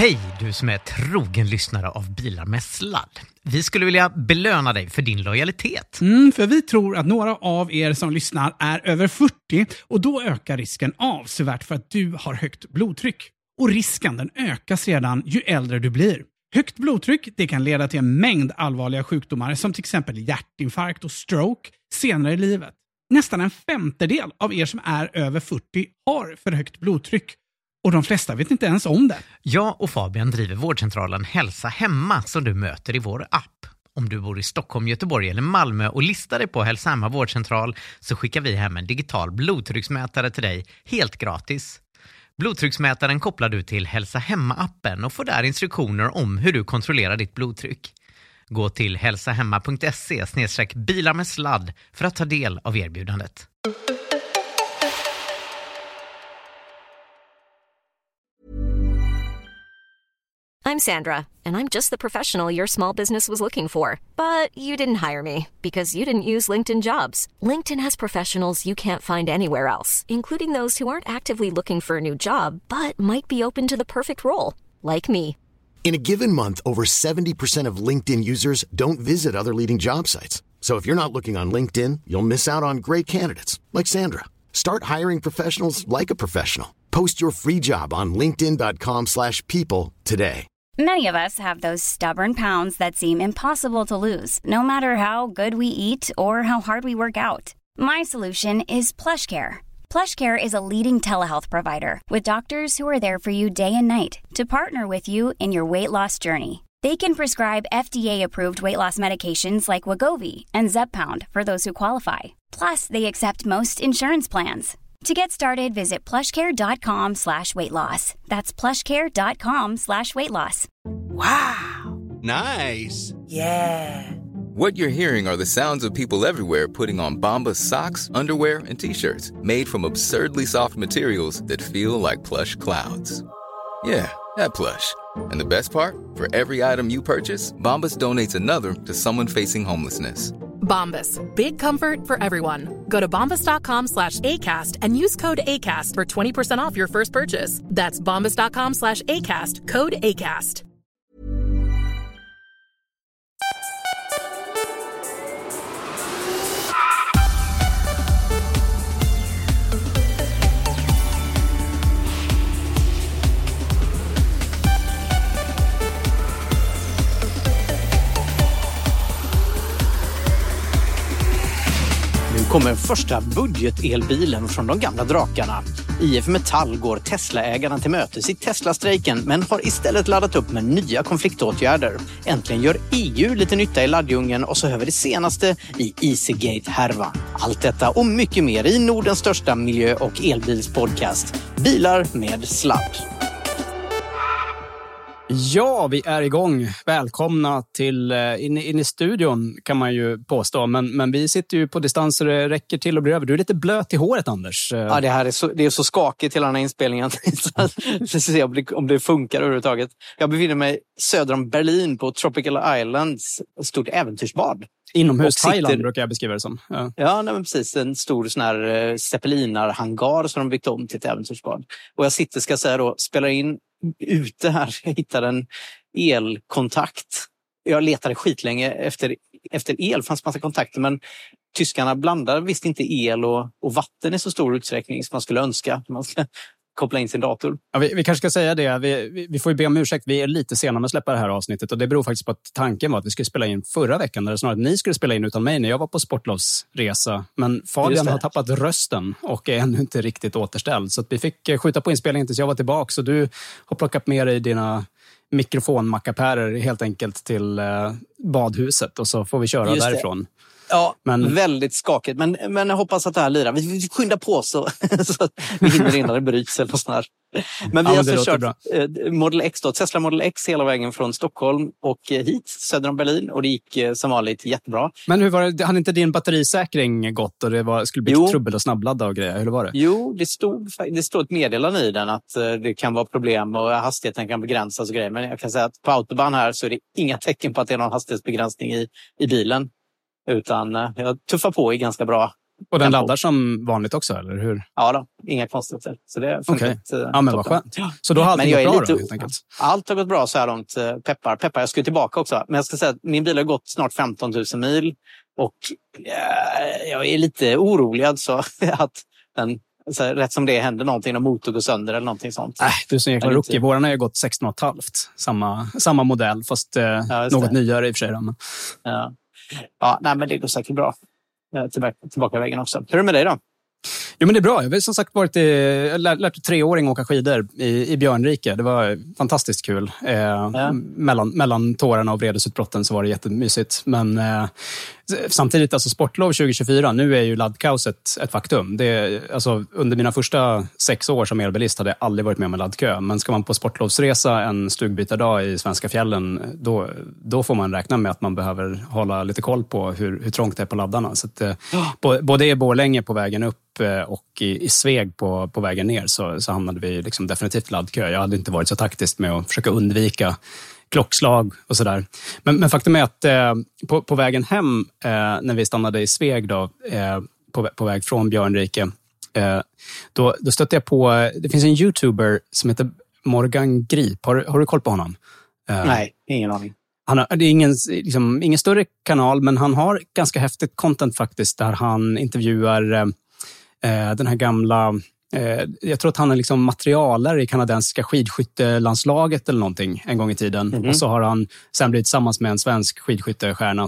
Hej, du som är trogen lyssnare av Bilar med sladd. Vi skulle vilja belöna dig för din lojalitet. För vi tror att några av er som lyssnar är över 40 och då ökar risken avsevärt för att du har högt blodtryck. Och risken den ökas redan ju äldre du blir. Högt blodtryck det kan leda till en mängd allvarliga sjukdomar som till exempel hjärtinfarkt och stroke senare i livet. Nästan en femtedel av er som är över 40 har för högt blodtryck. Och de flesta vet inte ens om det. Jag och Fabian driver vårdcentralen Hälsa Hemma som du möter i vår app. Om du bor i Stockholm, Göteborg eller Malmö och listar dig på Hälsa Hemma vårdcentral så skickar vi hem en digital blodtrycksmätare till dig helt gratis. Blodtrycksmätaren kopplar du till Hälsa Hemma-appen och får där instruktioner om hur du kontrollerar ditt blodtryck. Gå till hälsahemma.se/bilar med sladd för att ta del av erbjudandet. I'm Sandra, and I'm just the professional your small business was looking for. But you didn't hire me because you didn't use LinkedIn Jobs. LinkedIn has professionals you can't find anywhere else, including those who aren't actively looking for a new job, but might be open to the perfect role, like me. In a given month, over 70% of LinkedIn users don't visit other leading job sites. So if you're not looking on LinkedIn, you'll miss out on great candidates like Sandra. Start hiring professionals like a professional. Post your free job on linkedin.com/people today. Many of us have those stubborn pounds that seem impossible to lose, no matter how good we eat or how hard we work out. My solution is PlushCare. PlushCare is a leading telehealth provider with doctors who are there for you day and night to partner with you in your weight loss journey. They can prescribe FDA-approved weight loss medications like Wegovy and Zepbound for those who qualify. Plus, they accept most insurance plans. To get started, visit plushcare.com/weightloss. That's plushcare.com/weightloss. Wow. Nice. Yeah. What you're hearing are the sounds of people everywhere putting on Bombas socks, underwear, and T-shirts made from absurdly soft materials that feel like plush clouds. Yeah, that plush. And the best part? For every item you purchase, Bombas donates another to someone facing homelessness. Bombas. Big comfort for everyone. Go to bombas.com/ACAST and use code ACAST for 20% off your first purchase. That's bombas.com/ACAST. Code ACAST. Kommer första budgetelbilen från de gamla drakarna. IF Metall går Tesla-ägarna till mötes i Tesla-strejken men har istället laddat upp med nya konfliktåtgärder. Äntligen gör EU lite nytta i laddjungen och så hör vi det senaste i EasyGate-härvan. Allt detta och mycket mer i Nordens största miljö- och elbilspodcast. Bilar med sladd. Ja, vi är igång. Välkomna till in i studion kan man ju påstå. Men vi sitter ju på distans så det räcker till att bli över. Du är lite blöt i håret, Anders. Ja, det är så skakigt till den här inspelningen. Så se om det funkar överhuvudtaget. Jag befinner mig söder om Berlin på Tropical Islands. Ett stort äventyrsbad. Inomhus Thailand brukar jag beskriva det som. Ja nej, men precis. En stor sån här zeppelinarhangar som de byggt om till ett äventyrsbad. Och jag sitter, ska jag säga då, spelar in ute här. Jag hittade en elkontakt. Jag letade skitlänge efter el. Fanns massa kontakter, men tyskarna blandar visst inte el och vatten i så stor utsträckning som man skulle önska. Man ska koppla in sin dator. Ja, vi kanske ska säga det. Vi får ju be om ursäkt. Vi är lite sena med att släppa det här avsnittet. Och det beror faktiskt på att tanken var att vi skulle spela in förra veckan. Eller snarare att ni skulle spela in utan mig när jag var på sportlovsresa. Men Fabian har tappat rösten och är ännu inte riktigt återställd. Så att vi fick skjuta på inspelningen tills jag var tillbaka. Så du har plockat med dig dina mikrofonmackapärer helt enkelt till badhuset. Och så får vi köra därifrån. Ja, men väldigt skakigt. Men jag hoppas att det här lirar. Vi skyndar på så att vi hinner innan det bryts eller sånt här. Men vi har alltså kört Model X då, Tesla Model X hela vägen från Stockholm och hit, söder om Berlin. Och det gick som vanligt jättebra. Men hur var det? Hade inte din batterisäkring gått och det skulle bli trubbel och snabbladda och grejer? Hur var det? Jo, det stod ett meddelande i den att det kan vara problem och hastigheten kan begränsas och grejer. Men jag kan säga att på autobahn här så är det inga tecken på att det är någon hastighetsbegränsning i bilen. Utan jag tuffar på i ganska bra Och den laddar som vanligt också, eller hur? Ja då, inga konstigheter. Så det har funkat. Ja, men vad skönt. Så då har allting gått bra då, helt enkelt? Allt har gått bra så här långt. Peppar, jag ska tillbaka också. Men jag ska säga att min bil har gått snart 15 000 mil. Och jag är lite orolig alltså att den... Så rätt som det händer någonting och motor går sönder eller någonting sånt. Du är så jäkla rookie. Våran har ju gått 16,5. Samma modell, fast något nyare i och för sig. Ja, nej, men det går säkert bra. Tillbaka vägen också. Hur är det med dig då? Jo, men det är bra. Jag har som sagt lärt 3-åring åka skidor i Björnrike. Det var fantastiskt kul. Mellan tårarna och vredesutbrotten så var det jättemysigt. Men samtidigt, alltså sportlov 2024, nu är ju laddkaoset ett faktum. Alltså, under mina första 6 år som elbilist hade jag aldrig varit med om en laddkö. Men ska man på sportlovsresa en stugbytardag i svenska fjällen, då får man räkna med att man behöver hålla lite koll på hur trångt det är på laddarna. Så att, både i Borlänge på vägen upp och i Sveg på vägen ner så hamnade vi liksom definitivt i laddkö. Jag hade inte varit så taktisk med att försöka undvika klockslag och sådär. Men faktum är att på vägen hem när vi stannade i Sveg då, på väg från Björnrike, då stötte jag på, det finns en YouTuber som heter Morgan Grip. Har du koll på honom? Nej, ingen aning. Det är ingen större kanal, men han har ganska häftigt content faktiskt, där han intervjuar den här gamla... jag tror att han är liksom materialare i kanadensiska skidskyttelandslaget eller någonting en gång i tiden. Och så har han sen blivit tillsammans med en svensk skidskyttestjärna.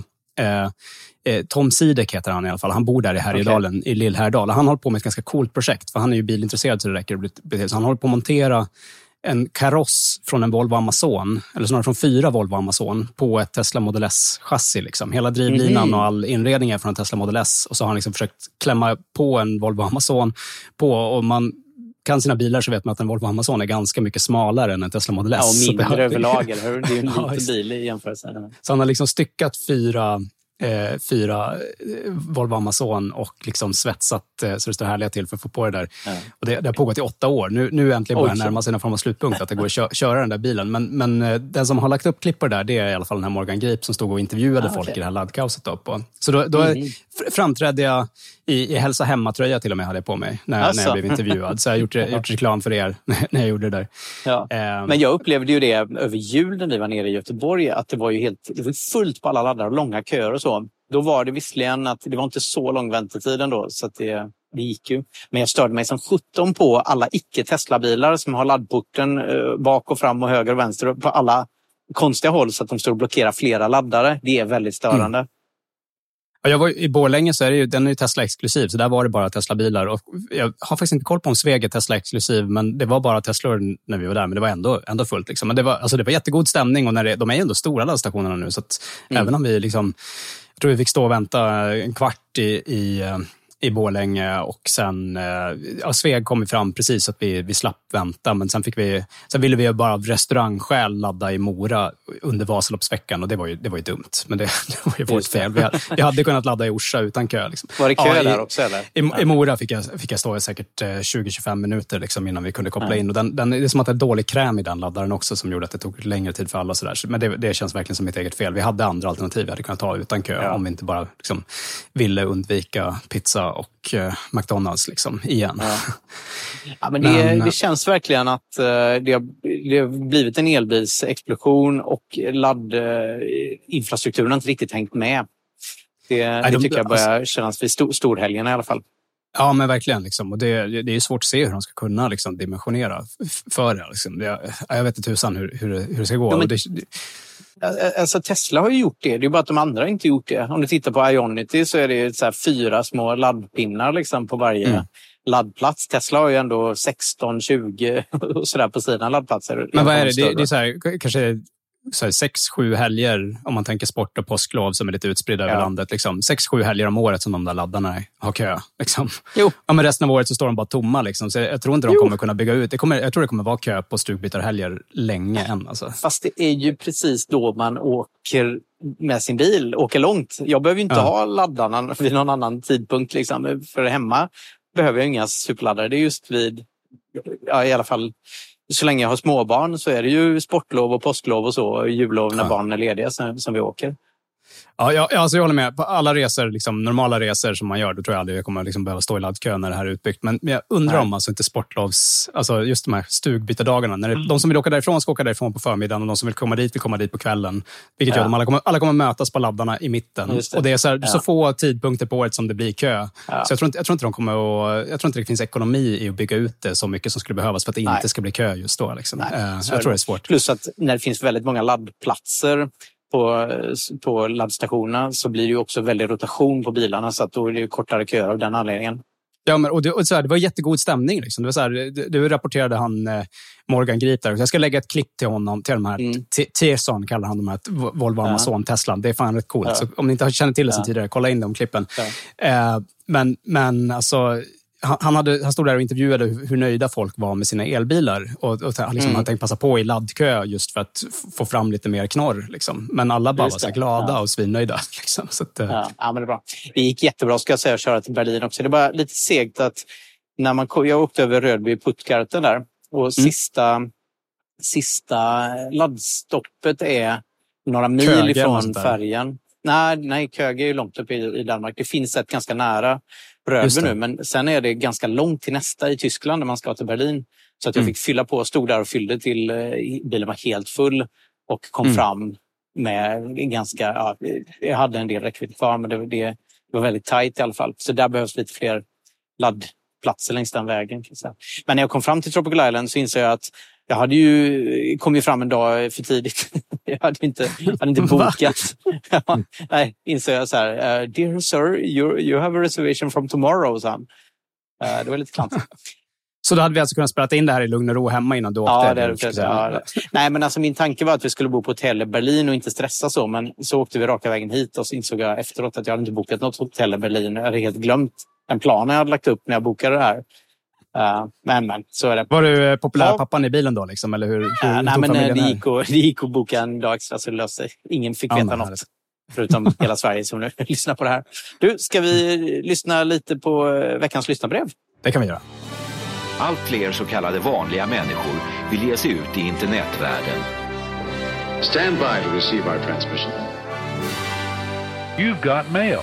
Tom Sidek heter han i alla fall. Han bor där i Härjedalen, i Lillhärdal. Han håller på med ett ganska coolt projekt, för han är ju bilintresserad så det räcker. Så han håller på att montera en kaross från en Volvo Amazon, eller snarare från 4 Volvo Amazon, på ett Tesla Model S-chassi. Liksom. Hela drivlinan och all inredning är från en Tesla Model S. Och så har han liksom försökt klämma på en Volvo Amazon på, och man kan sina bilar så vet man att en Volvo Amazon är ganska mycket smalare än en Tesla Model S. Ja, och mindre överlag, eller hur? Det är ju en liten bil i jämförelse. Så han har liksom styckat 4 Volvo Amazon och liksom svetsat så det står härliga till för att få på det där. Och det har pågått i 8 år. Nu äntligen börjar närma sig en form av slutpunkt att det går att köra den där bilen. Men den som har lagt upp klipp på det där, det är i alla fall den här Morgan Grip som stod och intervjuade folk i det här laddkaoset. Så då framträdde jag i Hälsa Hemma-tröja till och med hade jag på mig när jag blev intervjuad. Så jag har gjort reklam för er när jag gjorde det där. Ja. Men jag upplevde ju det över jul när vi var nere i Göteborg, att det var fullt på alla laddar och långa köer och så. Då var det visserligen att det var inte så lång väntetid ändå, så att det gick ju. Men jag störde mig som 17 på alla icke-Tesla-bilar som har laddporten bak och fram och höger och vänster på alla konstiga håll, så att de står och blockerar flera laddare. Det är väldigt störande. Ja, jag var i Borlänge, så den är ju Tesla-exklusiv, så där var det bara Tesla-bilar. Och jag har faktiskt inte koll på om Sveg är Tesla-exklusiv, men det var bara Teslor när vi var där. Men det var ändå fullt. Liksom. Men det var jättegod stämning, och de är ju ändå stora laddstationerna nu. Så att även om vi liksom... Jag tror vi fick stå och vänta en kvart i Borlänge, och sen Sveg kom fram precis så att vi slapp vänta, men sen ville vi bara av restaurangskäl ladda i Mora under Vasaloppsveckan, och det var ju dumt, men det var ju vårt fel. Vi hade kunnat ladda i Orsa utan kö. Liksom. Var det kö där också eller? I Mora fick jag stå i säkert 20-25 minuter liksom, innan vi kunde koppla in, och det är som att det är dålig kräm i den laddaren också som gjorde att det tog längre tid för alla. Sådär. Men det känns verkligen som mitt eget fel. Vi hade andra alternativ vi hade kunnat ta utan kö om vi inte bara liksom, ville undvika pizza och McDonalds liksom, igen. Ja, men det känns verkligen att det har blivit en elbilsexplosion, och laddinfrastrukturen har inte riktigt hängt med. Det tycker jag börjar kännas vid storhelgen i alla fall. Ja, men verkligen. Liksom. Och det är svårt att se hur de ska kunna liksom, dimensionera för det. Liksom. Jag vet inte tusan hur det ska gå. Ja, alltså Tesla har ju gjort det. Det är bara att de andra inte gjort det. Om du tittar på Ionity så är det så här 4 små laddpinnar liksom, på varje laddplats. Tesla har ju ändå 16, 20 och sådär på sina laddplatser. Men vad är det? Det är så här, kanske 6-7 helger, om man tänker sport och påsklov som är lite utspridda över landet. Liksom. 6-7 helger om året som de där laddarna har kö. Liksom. Ja, men resten av året så står de bara tomma. Liksom. Så jag tror inte de kommer kunna bygga ut. Jag tror det kommer vara kö på stugbytarhelger länge än. Alltså. Fast det är ju precis då man åker med sin bil, åker långt. Jag behöver ju inte ha laddarna vid någon annan tidpunkt. Liksom. För hemma behöver jag inga superladdare. Det är just vid, i alla fall... Så länge jag har småbarn så är det ju sportlov och påsklov och så, jullov när barnen är lediga som vi åker. Ja, alltså jag håller med. På alla resor, liksom, normala resor som man gör, då tror jag aldrig jag kommer liksom behöva stå i laddkö när det här är utbyggt. Men jag undrar om alltså inte sportlovs, alltså just de här stugbytardagarna. När de som vill åka därifrån ska åka därifrån på förmiddagen och de som vill komma dit på kvällen. Vilket gör att alla kommer mötas på laddarna i mitten. Och det är så få tidpunkter på året som det blir kö. Så jag tror inte det finns ekonomi i att bygga ut det så mycket som skulle behövas för att det inte ska bli kö just då. Liksom. Jag tror det är svårt. Plus att när det finns väldigt många laddplatser på laddstationerna så blir det ju också väldigt rotation på bilarna, så att då är det ju kortare köer av den anledningen. Ja, men det var jättegod stämning. Liksom. Det var så här, du rapporterade han Morgan Grip där. Jag ska lägga ett klipp till honom, till de här T-son kallar han de här Volvo, Amazon, Tesla. Det är fan rätt coolt. Så om ni inte känner till det sen tidigare, kolla in de klippen. Men alltså... Han stod där och intervjuade hur nöjda folk var med sina elbilar och liksom han tänkte passa på i laddkö just för att få fram lite mer knorr. Liksom. Men alla bara var så glada och svinnöjda. Liksom. Så att, men det är bra. Det gick jättebra, ska jag säga, att köra till Berlin också. Det är bara lite segt att när jag åkte över Rödby Puttgarten där och sista laddstoppet är några mil Köge ifrån färgen. Nej, Köge är ju långt upp i Danmark. Det finns ett ganska nära Rödby nu, men sen är det ganska långt till nästa i Tyskland när man ska till Berlin. Så att jag fick fylla på, stod där och fyllde till bilen var helt full och kom fram med ganska, jag hade en del räckvidd kvar, men det var väldigt tajt i alla fall. Så där behövs lite fler laddplatser längs den vägen. Men när jag kom fram till Tropical Island så insåg jag att jag kom ju fram en dag för tidigt. Jag hade inte bokat. Nej, insåg jag så här, dear sir, you have a reservation from tomorrow, son. Det var lite klantigt. Så då hade vi alltså kunnat spela in det här i lugn och ro hemma innan du åkte? Ja, det är det. Nej, men alltså min tanke var att vi skulle bo på hotell i Berlin och inte stressa så. Men så åkte vi raka vägen hit och så insåg jag efteråt att jag hade inte bokat något hotell i Berlin. Jag hade helt glömt den planen jag hade lagt upp när jag bokade det här. Men så är det. Var du populärpappan i bilen då? Liksom, eller hur nej, men det gick att boka en dag extra så det löste sig. Ingen fick veta något. Förutom hela Sverige som nu lyssnar på det här. Du, ska vi lyssna lite på veckans lyssnarbrev? Det kan vi göra. Allt fler så kallade vanliga människor vill ge sig ut i internetvärlden. Stand by to receive our transmission. You've got mail.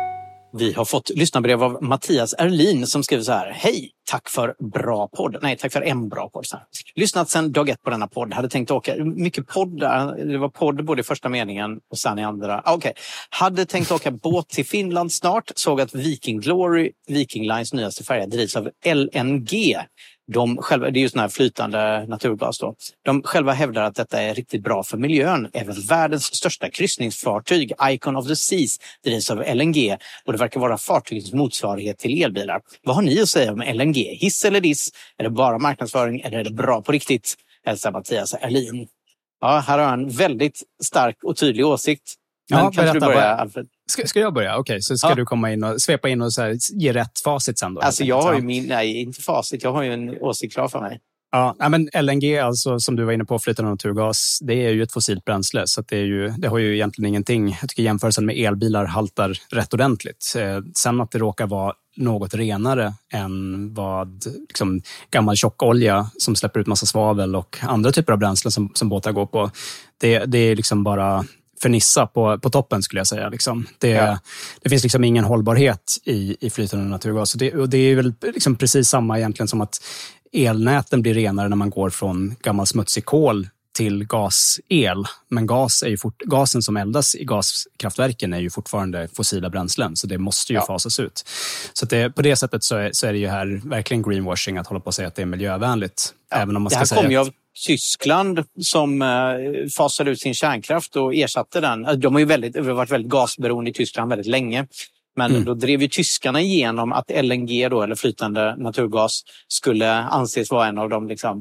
Vi har fått lyssnarbrev av Mattias Erlin som skriver så här: hej, tack för bra podd. Nej, tack för en bra podd. Lyssnat sedan dag 1 på denna podd. Hade tänkt åka, mycket poddar. Det var podd både i första meningen och sen i andra. Okej. Hade tänkt åka båt till Finland snart. Såg att Viking Glory, Viking Lines nyaste färja, drivs av LNG. De själva, det är ju sån här flytande naturgas då. De själva hävdar att detta är riktigt bra för miljön. Även världens största kryssningsfartyg, Icon of the Seas, drivs av LNG. Och det verkar vara fartygets motsvarighet till elbilar. Vad har ni att säga om LNG? Hiss eller diss? Är det bara marknadsföring eller är det bra på riktigt? Hälsar Mattias Erlin. Ja, här har en väldigt stark och tydlig åsikt. Men kan du börja, Alfred? Ska jag börja? Okej, så ska du komma in och svepa in och så här, ge rätt facit sen då? Alltså jag har ju inte facit, jag har ju en åsikt klar för mig. Ja, men LNG, alltså som du var inne på, flytande naturgas, det är ju ett fossilt bränsle. Så att det har ju egentligen ingenting, jag tycker jämförelsen med elbilar haltar rätt ordentligt. Sen att det råkar vara något renare än vad liksom, gammal tjockolja som släpper ut massa svavel och andra typer av bränslen som båtar går på. Det är liksom bara förnissa på toppen skulle jag säga. Liksom. Det finns liksom ingen hållbarhet i flytande naturgas. Och det är väl liksom precis samma egentligen som att elnäten blir renare när man går från gammal smutsig kol till gasel. Men gasen som eldas i gaskraftverken är ju fortfarande fossila bränslen. Så det måste ju fasas ut. Så att på det sättet så är det ju här verkligen greenwashing att hålla på att säga att det är miljövänligt. Även om man ska det här säga kommer ju av Tyskland som fasade ut sin kärnkraft och ersatte den. De har ju varit väldigt gasberoende i Tyskland väldigt länge. Men då drev ju tyskarna igenom att LNG då, eller flytande naturgas, skulle anses vara en av de liksom,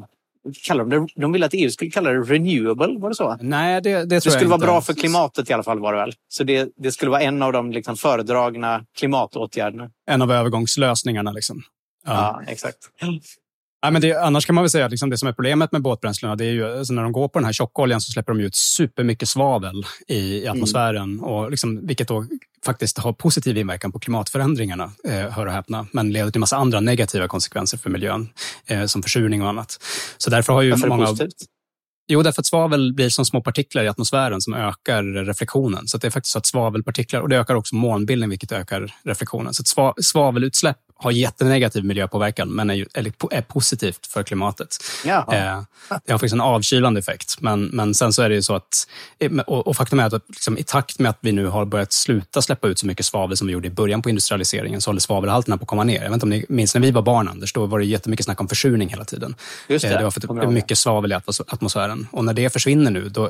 de ville att EU skulle kalla det renewable, var det så? Nej, det tror jag inte. Det skulle vara bra för klimatet i alla fall, var det väl. Så det skulle vara en av de liksom föredragna klimatåtgärderna. En av övergångslösningarna liksom. Ja exakt. Ja, men annars kan man väl säga att liksom det som är problemet med båtbränslena, det är ju alltså när de går på den här tjockoljan så släpper de ut supermycket svavel i atmosfären. Och liksom, vilket då faktiskt har positiv inverkan på klimatförändringarna, hör och häpna. Men leder till massa andra negativa konsekvenser för miljön, som försurning och annat. Så därför har ju varför många... är det positivt? Jo, därför att svavel blir som små partiklar i atmosfären som ökar reflektionen. Så det är faktiskt så att svavelpartiklar, och det ökar också molnbildning vilket ökar reflektionen. Så att svavelutsläpp har jättenegativ miljöpåverkan men är positivt för klimatet. Det har faktiskt en avkylande effekt. Men sen så är det ju så att, och faktum är att liksom, i takt med att vi nu har börjat sluta släppa ut så mycket svavel som vi gjorde i början på industrialiseringen så håller svavelhalterna på att komma ner. Jag vet inte om ni minns när vi var barn, Anders, då var det jättemycket snack om försurning hela tiden. Just det var för mycket svavel i atmosfären. Och när det försvinner nu, då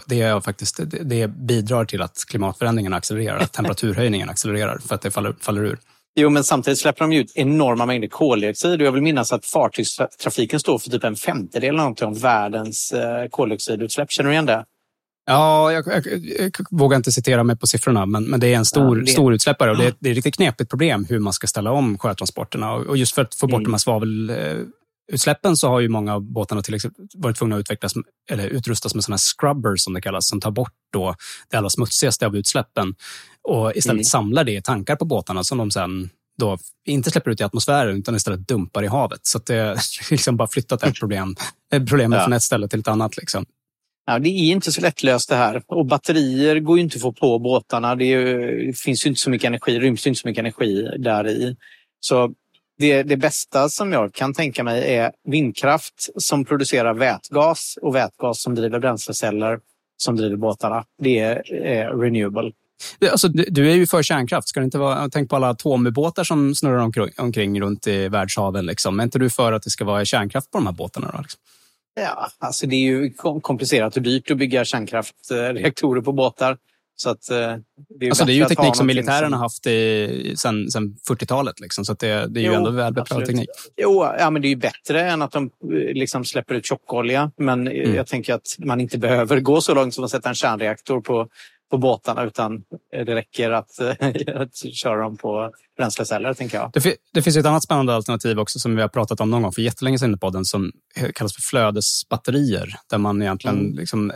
det bidrar till att klimatförändringen accelererar, att temperaturhöjningen accelererar för att det faller ur. Jo, men samtidigt släpper de ut enorma mängder koldioxid. Och jag vill minnas att fartygstrafiken står för typ 1/5 av världens koldioxidutsläpp. Känner du igen det? Ja, jag vågar inte citera mig på siffrorna, men det är en stor utsläppare. Och det är ett riktigt knepigt problem hur man ska ställa om sjötransporterna. Och just för att få bort de här svavelutsläppen så har ju många av båtarna till exempel varit tvungna att utrustas med sådana här scrubbers som det kallas, som tar bort då det allra smutsigaste av utsläppen och istället samlar det i tankar på båtarna som de sen då inte släpper ut i atmosfären utan istället dumpar i havet. Så att det är liksom bara flyttat ett problemet från ett ställe till ett annat liksom. Ja, det är inte så lättlöst det här. Och batterier går ju inte att få på båtarna. Det finns ju inte så mycket energi, ryms inte så mycket energi där i. Så det bästa som jag kan tänka mig är vindkraft som producerar vätgas och vätgas som driver bränsleceller som driver båtarna. Det är renewable. Alltså, du är ju för kärnkraft. Ska det inte vara, tänk på alla atomubåtar som snurrar omkring runt i världshaven. Liksom. Är inte du för att det ska vara kärnkraft på de här båtarna då? Liksom? Ja, alltså det är ju komplicerat och dyrt att bygga kärnkraftreaktorer på båtar. Så att, det är ju teknik som militären har haft sen 40-talet. Liksom, så att det är ju ändå välbeprövad teknik. Jo, ja, men det är ju bättre än att de liksom släpper ut tjockolja. Men jag tänker att man inte behöver gå så långt som att sätta en kärnreaktor på båtarna, utan det räcker att köra dem på bränsleceller, tänker jag. Det finns ett annat spännande alternativ också som vi har pratat om någon gång för jättelänge sedan i podden som kallas för flödesbatterier. Där man egentligen liksom,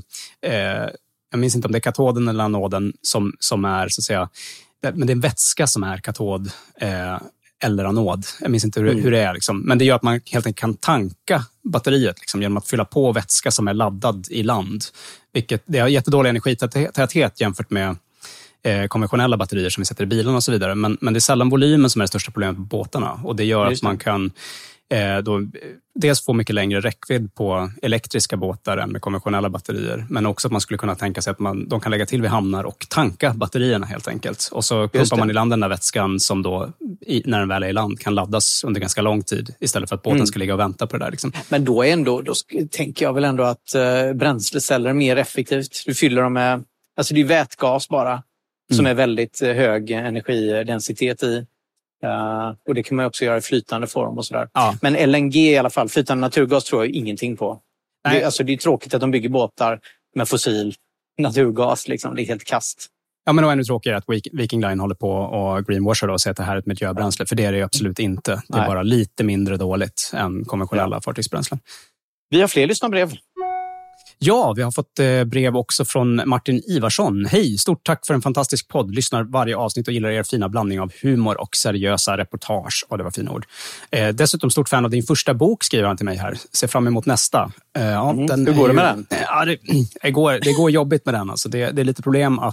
jag minns inte om det är katoden eller anoden som är så att säga, men det är en vätska som är katod eller anod. Jag minns inte hur det är liksom. Men det gör att man helt enkelt kan tanka batteriet liksom, genom att fylla på vätska som är laddad i land. Vilket det har jättedålig energitäthet jämfört med konventionella batterier som vi sätter i bilen och så vidare. Men det är sällan volymen som är det största problemet på båtarna. Och det gör att man kan då dels få mycket längre räckvidd på elektriska båtar än med konventionella batterier. Men också att man skulle kunna tänka sig att de kan lägga till vid hamnar och tanka batterierna helt enkelt. Och så pumpar man i land den där vätskan som då, när den väl är i land, kan laddas under ganska lång tid istället för att båten ska ligga och vänta på det där. Liksom. Men då tänker jag väl ändå att bränsleceller är mer effektivt. Du fyller dem med, alltså det är vätgas bara, som är väldigt hög energidensitet i. Och det kan man också göra i flytande form och sådär. Ja. Men LNG i alla fall, flytande naturgas tror jag ingenting på. Det är tråkigt att de bygger båtar med fossil naturgas. Liksom. Det är helt kast. Ja, men det är ännu tråkigare att Viking Line håller på och greenwashar och säger att det här är ett miljöbränsle. För det är det ju absolut inte. Det är bara lite mindre dåligt än konventionella fartygsbränslen. Vi har fler lyssnarbrev. Ja, vi har fått brev också från Martin Ivarsson. Hej, stort tack för en fantastisk podd. Lyssnar varje avsnitt och gillar er fina blandning av humor och seriösa reportage. Det var fina ord. Dessutom stort fan av din första bok, skriver han till mig här. Ser fram emot nästa. Hur går det med den? Ja, det går jobbigt med den. Alltså. Det är lite problem att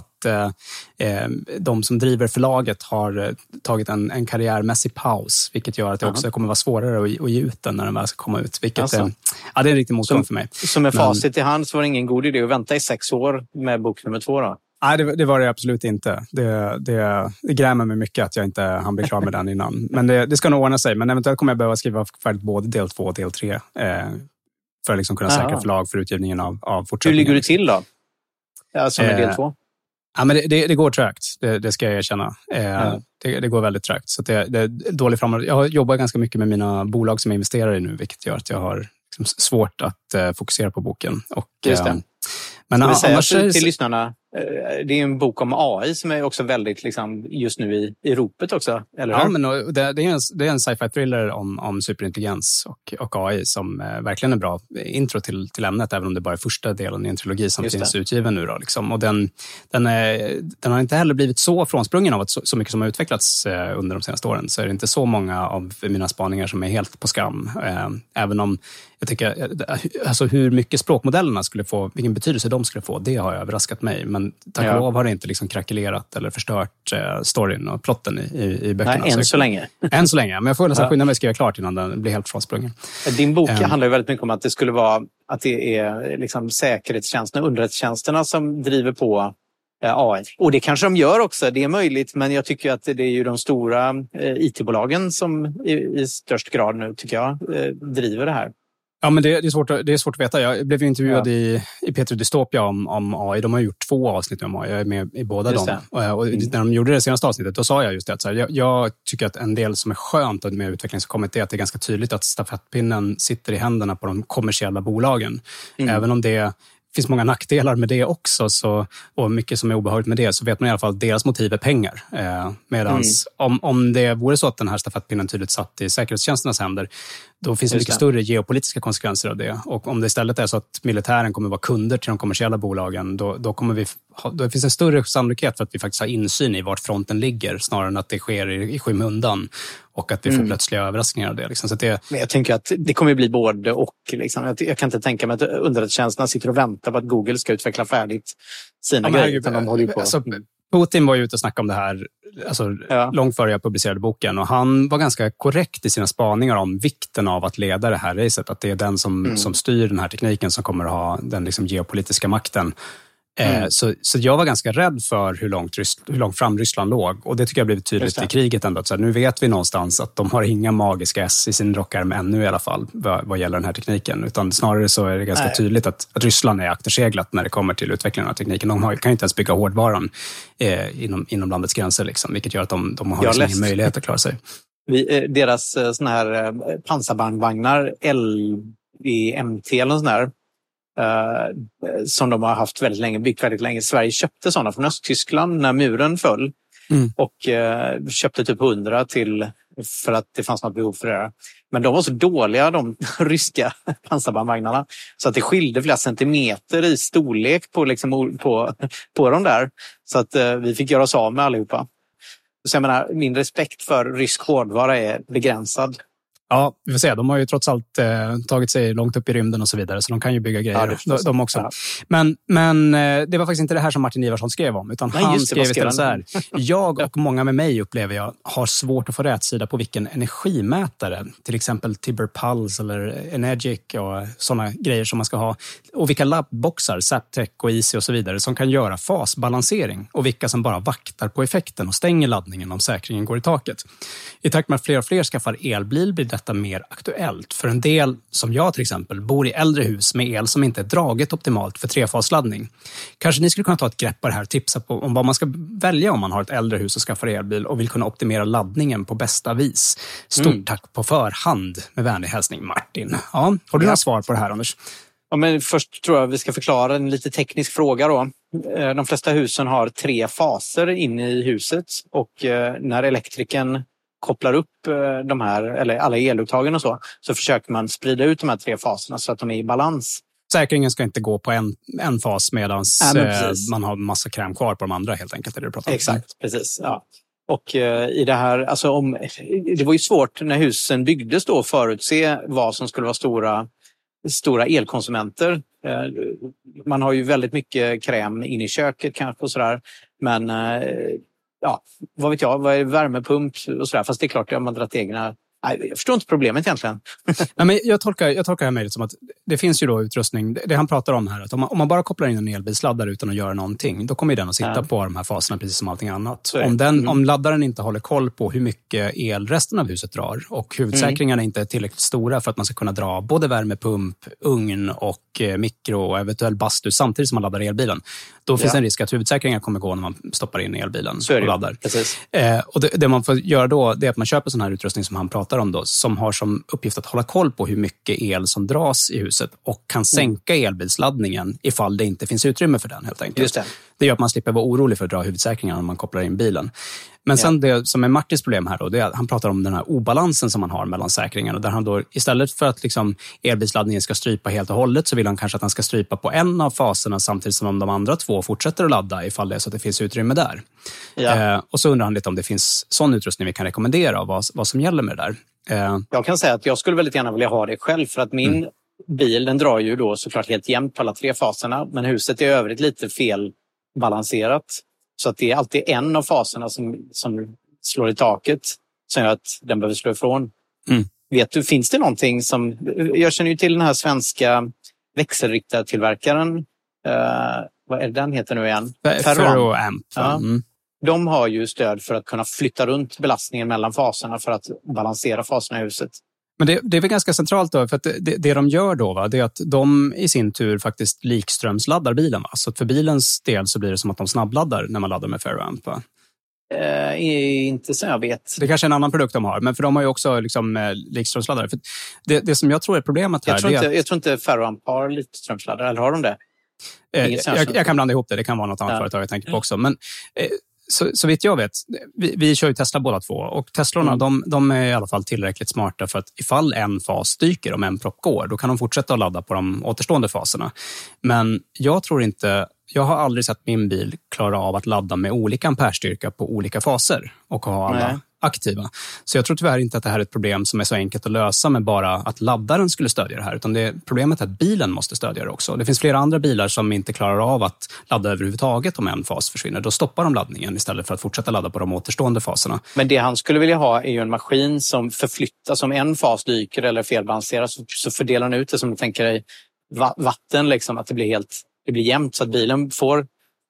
de som driver förlaget har tagit en karriärmässig paus. Vilket gör att det också kommer vara svårare att ge ut den när den väl ska komma ut. Vilket, det är en riktig motgång för mig. Som är facit i hand så var det ingen god idé att vänta i 6 år med bok nummer 2 då? Nej, det var det absolut inte. Det grämer mig mycket att jag inte hann bli klar med den innan. Men det ska nog ordna sig. Men eventuellt kommer jag behöva skriva färdigt både del 2 och del 3 för att liksom kunna säkra förlag för utgivningen av fortsättningen. Hur ligger du till då? Alltså med del 2? Ja, men det går trögt. Det ska jag erkänna. Det går väldigt trögt. Så det är dålig framåt. Jag jobbar ganska mycket med mina bolag som jag investerar i nu, vilket gör att jag har liksom svårt att fokusera på boken. Och, just det. Men annars till lyssnarna, det är en bok om AI som är också väldigt liksom, just nu i ropet också, eller hur? Ja, men det är en sci-fi thriller om superintelligens och AI som verkligen är bra intro till ämnet, även om det bara är första delen i en trilogi som finns utgiven nu. Då, liksom. Och den har inte heller blivit så frånsprungen av att så mycket som har utvecklats under de senaste åren. Så är det inte så många av mina spaningar som är helt på skam. Även om Jag tycker, alltså hur mycket språkmodellerna skulle få, vilken betydelse de skulle få, det har överraskat mig. Men tack och lov har det inte liksom krackelerat eller förstört storyn och plotten i böckerna. Nej, än så länge. Än så länge, men jag får nästan skynda mig att skriva klart innan den blir helt frånsprungen. Din bok handlar ju väldigt mycket om att det skulle vara att det är liksom säkerhetstjänsterna, underrättelsetjänsterna som driver på AI. Och det kanske de gör också, det är möjligt, men jag tycker att det är ju de stora IT-bolagen som i störst grad nu, tycker jag, driver det här. Ja, men det är svårt att veta. Jag blev ju intervjuad i Petri Dystopia om AI. De har gjort 2 avsnitt om AI. Jag är med i båda dem. Och när de gjorde det senaste avsnittet, då sa jag just det. Att så här, jag tycker att en del som är skönt med utvecklingen som kommit är att det är ganska tydligt att stafettpinnen sitter i händerna på de kommersiella bolagen. Även om det finns många nackdelar med det också och mycket som är obehagligt med det, så vet man i alla fall att deras motiv är pengar. Medans om det vore så att den här stafettpinnen tydligt satt i säkerhetstjänsternas händer, då finns det mycket större geopolitiska konsekvenser av det. Och om det istället är så att militären kommer vara kunder till de kommersiella bolagen, då finns en större sannolikhet för att vi faktiskt har insyn i vart fronten ligger, snarare än att det sker i skymundan och att vi får plötsliga överraskningar av det. Liksom. Så att Men jag tänker att det kommer bli både och. Liksom. Jag kan inte tänka mig att underrättelsetjänsterna sitter och väntar på att Google ska utveckla färdigt sina grejer. De håller ju på. Alltså, Putin var ju ute och snackade om det här långt före jag publicerade boken, och han var ganska korrekt i sina spaningar om vikten av att leda det här racet, att det är den som styr den här tekniken som kommer att ha den liksom geopolitiska makten. Så jag var ganska rädd för hur långt fram Ryssland låg, och det tycker jag blivit tydligt i kriget ändå. Så nu vet vi någonstans att de har inga magiska S i sin rockärm ännu i alla fall vad gäller den här tekniken, utan snarare så är det ganska tydligt att Ryssland är akterseglat när det kommer till utvecklingen av tekniken. De kan ju inte ens bygga hårdvaran inom landets gränser, liksom, vilket gör att de har liksom ingen möjlighet att klara sig. Deras såna här pansarbandvagnar LVMT eller sån här, som de har haft väldigt länge, byggt väldigt länge. Sverige köpte sådana från Östtyskland när muren föll och köpte typ 100 för att det fanns något behov för det. Men de var så dåliga, de ryska pansarbandvagnarna, så att det skilde flera centimeter i storlek på de där. Så att vi fick göra oss av med allihopa. Så jag menar, min respekt för rysk hårdvara är begränsad. Ja, vi får se. De har ju trots allt tagit sig långt upp i rymden och så vidare, så de kan ju bygga grejer de också. Ja. Men det var faktiskt inte det här som Martin Ivarsson skrev om, utan han skrev istället så här. Jag och många med mig, upplever jag, har svårt att få rätsida på vilken energimätare, till exempel Tibber Pulse eller Energic och sådana grejer som man ska ha, och vilka labbboxar, Zaptec och Easy och så vidare, som kan göra fasbalansering, och vilka som bara vaktar på effekten och stänger laddningen om säkringen går i taket. I takt med att fler och fler skaffar elbil blir detta mer aktuellt. För en del, som jag till exempel, bor i äldre hus med el som inte är draget optimalt för trefasladdning. Kanske ni skulle kunna ta ett grepp på det här och tipsa om vad man ska välja om man har ett äldre hus och skaffar elbil och vill kunna optimera laddningen på bästa vis. Stort tack på förhand, med vänlig hälsning Martin. Ja, har du några svar på det här, Anders? Ja, men först tror jag vi ska förklara en lite teknisk fråga då. De flesta husen har 3 faser inne i huset, och när elektrikern kopplar upp de här, eller alla eluttagen och så försöker man sprida ut de här 3 faserna så att de är i balans. Säkringen ska inte gå på en fas medan man har massa kräm kvar på de andra, helt enkelt. Är det du pratar om. Exakt, precis. Ja. Och i det här, alltså det var ju svårt när husen byggdes då att förutse vad som skulle vara stora elkonsumenter. Man har ju väldigt mycket kräm in i köket kanske och sådär, men vad vet jag, vad är värmepump och sådär, fast det är klart att man dragit egna. Nej, jag förstår inte problemet egentligen. Nej, men jag tolkar det här mejlet som att det finns ju då utrustning, det han pratar om här, att om man bara kopplar in en elbilsladdare utan att göra någonting, då kommer den att sitta på de här faserna precis som allting annat. Om laddaren inte håller koll på hur mycket el resten av huset drar, och huvudsäkringarna inte är tillräckligt stora för att man ska kunna dra både värmepump, ugn och mikro och eventuell bastu samtidigt som man laddar elbilen, då finns det en risk att huvudsäkringar kommer gå när man stoppar in elbilen och laddar. Och det man får göra då, det är att man köper sån här utrustning som han pratar om då, som har som uppgift att hålla koll på hur mycket el som dras i huset och kan sänka elbilsladdningen ifall det inte finns utrymme för den, helt enkelt. Just det. Det gör att man slipper vara orolig för att dra huvudsäkringarna när man kopplar in bilen. Men sen det som är Martins problem här då, det är att han pratar om den här obalansen som man har mellan säkringarna, där han då istället för att liksom elbilsladdningen ska strypa helt och hållet, så vill han kanske att han ska strypa på en av faserna samtidigt som de andra 2 fortsätter att ladda ifall det är så att det finns utrymme där. Och så undrar han lite om det finns sån utrustning vi kan rekommendera och vad som gäller med det där. Jag kan säga att jag skulle väldigt gärna vilja ha det själv, för att min bil, den drar ju då såklart helt jämnt på alla 3 faserna, men huset är i övrigt lite felbalanserat. Så att det är alltid en av faserna som slår i taket som gör att den behöver slå ifrån. Vet du, finns det någonting som... Jag känner ju till den här svenska växelriktartillverkaren. Vad är den heter nu igen? Ferroamp. Ja. De har ju stöd för att kunna flytta runt belastningen mellan faserna för att balansera faserna i huset. Men det är väl ganska centralt då, för att det de gör då, va, det är att de i sin tur faktiskt likströmsladdar bilen. Va? Så att för bilens del så blir det som att de snabbladdar när man laddar med Ferroamp. Va? Inte så jag vet. Det kanske är en annan produkt de har, men för de har ju också liksom, likströmsladdare. För det som jag tror är problemet här... Jag tror inte Ferroamp har likströmsladdare, eller har de det? Jag kan blanda ihop det, det kan vara något annat företag jag tänker på också. Men så vitt jag vet, vi kör ju Tesla båda två, och Teslorna de är i alla fall tillräckligt smarta för att ifall en fas dyker, om en propp går, då kan de fortsätta att ladda på de återstående faserna. Men jag tror inte... Jag har aldrig sett min bil klara av att ladda med olika amperestyrka på olika faser och ha alla aktiva. Så jag tror tyvärr inte att det här är ett problem som är så enkelt att lösa med bara att laddaren skulle stödja det här, utan problemet är att bilen måste stödja det också. Det finns flera andra bilar som inte klarar av att ladda överhuvudtaget om en fas försvinner. Då stoppar de laddningen istället för att fortsätta ladda på de återstående faserna. Men det han skulle vilja ha är ju en maskin som förflyttas. Om en fas dyker eller felbalanseras så fördelar han ut det, som du tänker dig vatten, liksom, att det blir jämnt så att bilen får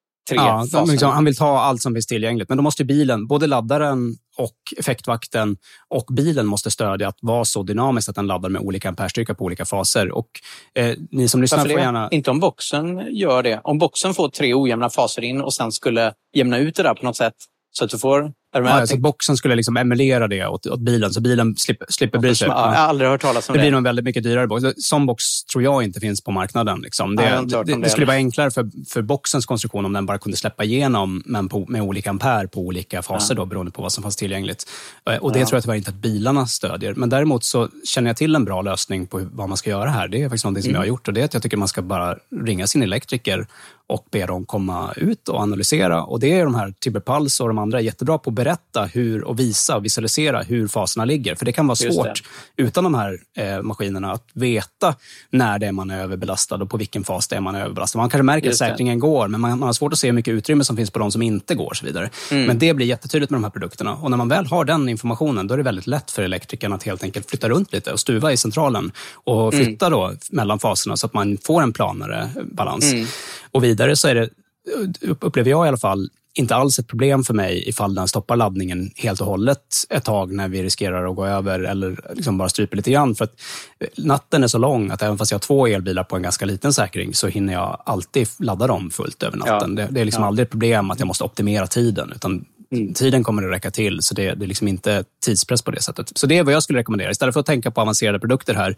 3 faser. Liksom, han vill ta allt som finns tillgängligt. Men då måste bilen, både laddaren och effektvakten och bilen måste stödja att vara så dynamiskt att den laddar med olika amperestyrka på olika faser. Och ni som lyssnar får gärna... Inte om boxen gör det. Om boxen får 3 ojämna faser in och sen skulle jämna ut det där på något sätt så att du får... så boxen skulle liksom emulera det åt bilen, så bilen slipper bry sig. Jag har aldrig hört talas om det. Det blir nog väldigt mycket dyrare box. Som box tror jag inte finns på marknaden. Liksom. Det skulle vara enklare för boxens konstruktion om den bara kunde släppa igenom med olika ampere på olika faser då, beroende på vad som fanns tillgängligt. Och det tror jag tyvärr inte att bilarna stödjer. Men däremot så känner jag till en bra lösning på vad man ska göra här. Det är faktiskt något som jag har gjort, och det är att jag tycker man ska bara ringa sin elektriker och be dem komma ut och analysera. Och det är de här Tiberpulse och de andra jättebra på att berätta hur och visa och visualisera hur faserna ligger. För det kan vara svårt utan de här maskinerna att veta när det är man är överbelastad och på vilken fas det är man är överbelastad. Man kanske märker att säkringen går, men man har svårt att se hur mycket utrymme som finns på de som inte går och så vidare. Men det blir jättetydligt med de här produkterna. Och när man väl har den informationen, då är det väldigt lätt för elektrikern att helt enkelt flytta runt lite och stuva i centralen och flytta då mellan faserna så att man får en planare balans. Och vidare så är det, upplever jag i alla fall, inte alls ett problem för mig ifall den stoppar laddningen helt och hållet ett tag när vi riskerar att gå över eller liksom bara stryper lite grann. För att natten är så lång att även fast jag har 2 elbilar på en ganska liten säkring så hinner jag alltid ladda dem fullt över natten. Det är liksom aldrig ett problem att jag måste optimera tiden, utan tiden kommer att räcka till, så det är liksom inte tidspress på det sättet. Så det är vad jag skulle rekommendera. Istället för att tänka på avancerade produkter här,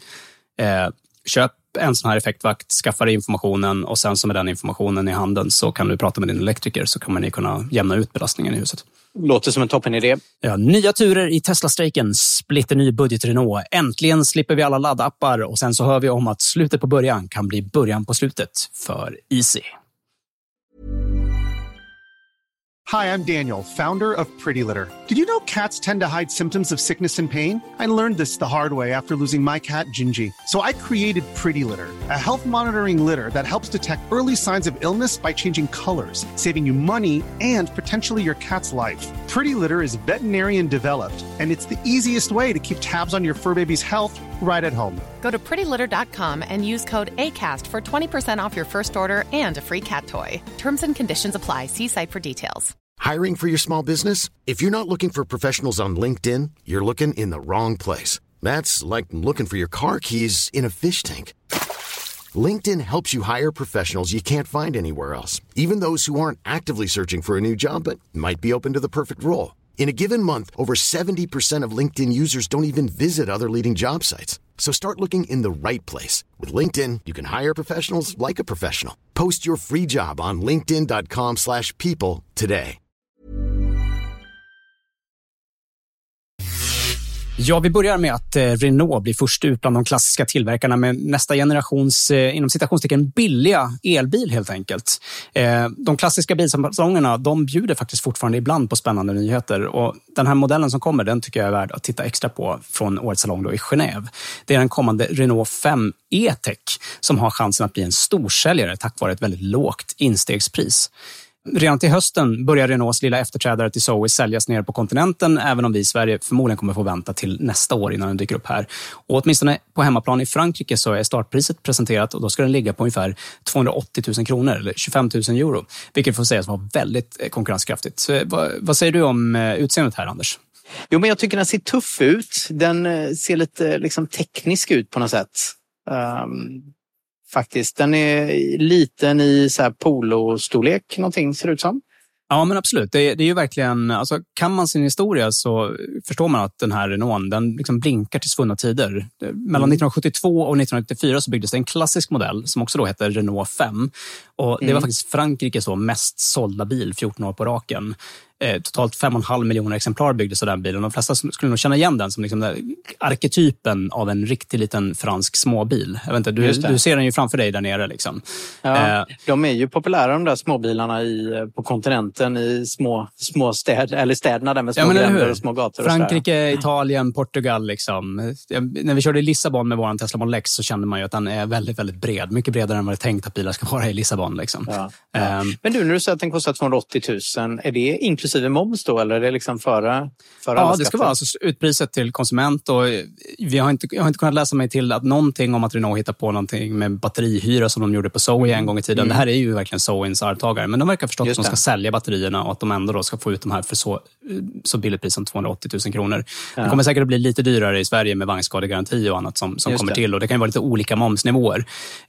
köp en sån här effektvakt, skaffa dig informationen och sen så med den informationen i handen så kan du prata med din elektriker, så kommer ni kunna jämna ut belastningen i huset. Låter som en toppenidé. Ja, nya turer i Tesla-strejken, splitter ny budget Renault. Äntligen slipper vi alla laddappar och sen så hör vi om att slutet på början kan bli början på slutet för Easy. Hi, I'm Daniel, founder of Pretty Litter. Did you know cats tend to hide symptoms of sickness and pain? I learned this the hard way after losing my cat, Gingy. So I created Pretty Litter, a health monitoring litter that helps detect early signs of illness by changing colors, saving you money and potentially your cat's life. Pretty Litter is veterinarian developed, and it's the easiest way to keep tabs on your fur baby's health right at home. Go to prettylitter.com and use code ACAST for 20% off your first order and a free cat toy. Terms and conditions apply. See site for details. Hiring for your small business? If you're not looking for professionals on LinkedIn, you're looking in the wrong place. That's like looking for your car keys in a fish tank. LinkedIn helps you hire professionals you can't find anywhere else, even those who aren't actively searching for a new job but might be open to the perfect role. In a given month, over 70% of LinkedIn users don't even visit other leading job sites. So start looking in the right place. With LinkedIn, you can hire professionals like a professional. Post your free job on linkedin.com/people today. Ja, vi börjar med att Renault blir först ut bland de klassiska tillverkarna med nästa generations, inom citationstecken, billiga elbil helt enkelt. De klassiska bilsalongerna, de bjuder faktiskt fortfarande ibland på spännande nyheter. Och den här modellen som kommer, den tycker jag är värd att titta extra på från årets salong då i Genève. Det är den kommande Renault 5 E-Tech som har chansen att bli en storsäljare tack vare ett väldigt lågt instegspris. Redan till hösten börjar Renaults lilla efterträdare till Zoe säljas ner på kontinenten, även om vi i Sverige förmodligen kommer få vänta till nästa år innan den dyker upp här. Och åtminstone på hemmaplan i Frankrike så är startpriset presenterat och då ska den ligga på ungefär 280 000 kronor eller 25 000 euro, vilket får sägas vara väldigt konkurrenskraftigt. Så, vad säger du om utseendet här, Anders? Jo, men jag tycker den ser tuff ut. Den ser lite liksom teknisk ut på något sätt. Faktiskt. Den är liten i så här polostorlek, någonting ser det ut som. Ja, men absolut. Det är ju verkligen, alltså, kan man sin historia så förstår man att den här Renault, den liksom blinkar till svunna tider. Mellan 1972 och 1994 så byggdes det en klassisk modell som också då heter Renault 5. Och det var faktiskt Frankrikes mest sålda bil 14 år på raken. Totalt 5,5 miljoner exemplar byggdes av den bilen. De flesta skulle nog känna igen den som liksom arketypen av en riktig liten fransk småbil. Jag vet inte, du ser den ju framför dig där nere. Liksom. Ja, de är ju populära de där småbilarna på kontinenten i små städer, eller städerna där med små gränder och små gator. Frankrike, Italien, Portugal. Liksom. När vi körde i Lissabon med vår Tesla Model X så kände man ju att den är väldigt, väldigt bred. Mycket bredare än vad det är tänkt att bilar ska vara i Lissabon. Liksom. Ja. Men du, när du säger att den kostar 280 000, är det inklusive moms då, eller är det liksom före Ja, det ska vara alltså utpriset till konsument, och jag har inte kunnat läsa mig till att någonting om att Renault hittar på någonting med batterihyra som de gjorde på Zoe en gång i tiden. Det här är ju verkligen Zoens arvtagare, men de verkar förstått att de ska sälja batterierna och att de ändå då ska få ut de här för så billigt pris som 280 000 kronor. Det kommer säkert att bli lite dyrare i Sverige med vagnskadegaranti och annat som kommer till, och det kan ju vara lite olika momsnivåer.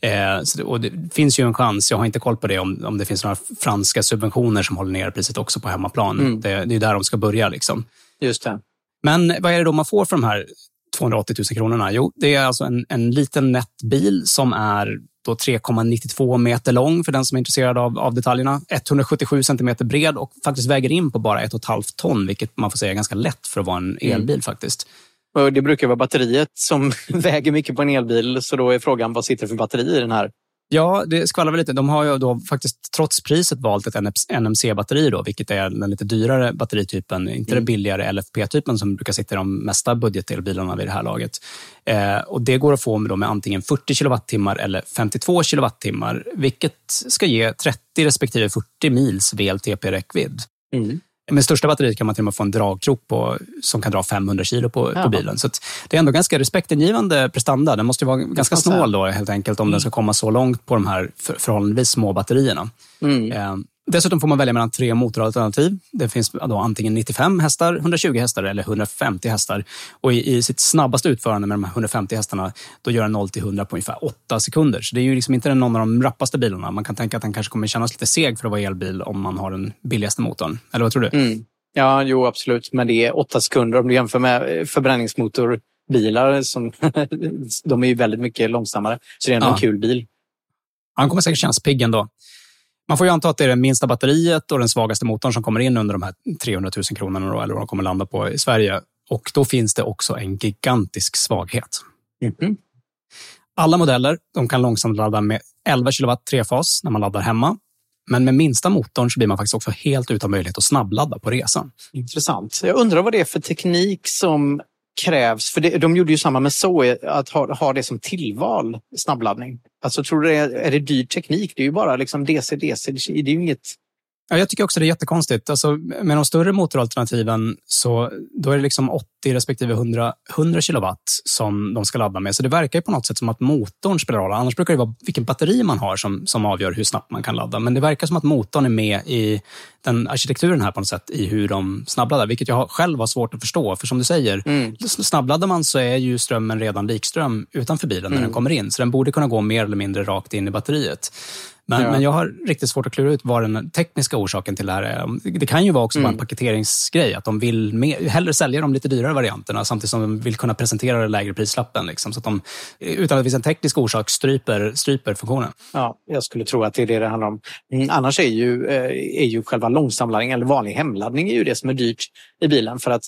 Och det finns ju en chans, jag har inte koll på det, om det finns några franska subventioner som håller ner priset också på hemmaplan. Det är ju där de ska börja liksom. Just det. Men vad är det då man får för de här 280 000 kronorna? Jo, det är alltså en liten nätt bil som är då 3,92 meter lång för den som är intresserad av detaljerna. 177 centimeter bred och faktiskt väger in på bara 1,5 ton, vilket man får säga är ganska lätt för att vara en elbil faktiskt. Och det brukar vara batteriet som väger mycket på en elbil, så då är frågan, vad sitter det för batteri i den här? Ja, det skvallrar väl lite. De har ju då faktiskt trots priset valt ett NMC-batteri då, vilket är den lite dyrare batteritypen, inte den billigare LFP-typen som brukar sitta i de mesta budgetelbilarna vid det här laget. Och det går att få med antingen 40 kilowattimmar eller 52 kilowattimmar, vilket ska ge 30 respektive 40 mils VLTP-räckvidd. Med största batteriet kan man till och med få en dragkrok som kan dra 500 kilo på bilen. Så det är ändå ganska respektingivande prestanda. Den måste ju vara ganska snål då helt enkelt om den ska komma så långt på de här förhållandevis små batterierna. Dessutom får man välja mellan 3 motoralternativ. Det finns då antingen 95 hästar, 120 hästar eller 150 hästar. Och i sitt snabbaste utförande med de här 150 hästarna, då gör den 0-100 på ungefär 8 sekunder. Så det är ju liksom inte någon av de rappaste bilarna. Man kan tänka att den kanske kommer kännas lite seg för att vara elbil om man har den billigaste motorn. Eller vad tror du? Ja, jo absolut. Men det är 8 sekunder om du jämför med förbränningsmotorbilar. De är ju väldigt mycket långsammare. Så det är ändå en kul bil. Han kommer säkert kännas pigg ändå. Man får ju anta att det är det minsta batteriet och den svagaste motorn som kommer in under de här 300 000 kronorna då, eller vad de kommer landa på i Sverige. Och då finns det också en gigantisk svaghet. Alla modeller, de kan långsamt ladda med 11 kilowatt trefas när man laddar hemma. Men med minsta motorn så blir man faktiskt också helt utan möjlighet att snabbladda på resan. Intressant. Jag undrar vad det är för teknik som krävs. För de gjorde ju samma med Zoe, att ha det som tillval, snabbladdning. Alltså tror du är det dyr teknik? Det är ju bara liksom DC. Det är ju inget... Ja, jag tycker också det är jättekonstigt. Alltså, med de större motoralternativen så då är det liksom 80 respektive 100 kilowatt som de ska ladda med. Så det verkar ju på något sätt som att motorn spelar roll. Annars brukar det vara vilken batteri man har som avgör hur snabbt man kan ladda. Men det verkar som att motorn är med i den arkitekturen här på något sätt i hur de snabbladdar. Vilket jag själv har svårt att förstå. För som du säger, snabbladdar man så är ju strömmen redan likström utanför bilen när den kommer in. Så den borde kunna gå mer eller mindre rakt in i batteriet. Men jag har riktigt svårt att klura ut vad den tekniska orsaken till det här är. Det kan ju vara också bara en paketeringsgrej. Att de vill hellre sälja de lite dyrare varianterna samtidigt som de vill kunna presentera det lägre prislappen. Liksom, så att de, utan att det finns en teknisk orsak, stryper funktionen. Ja, jag skulle tro att det är det handlar om. Annars är ju själva långsamladdning eller vanlig hemladdning är ju det som är dyrt i bilen. För att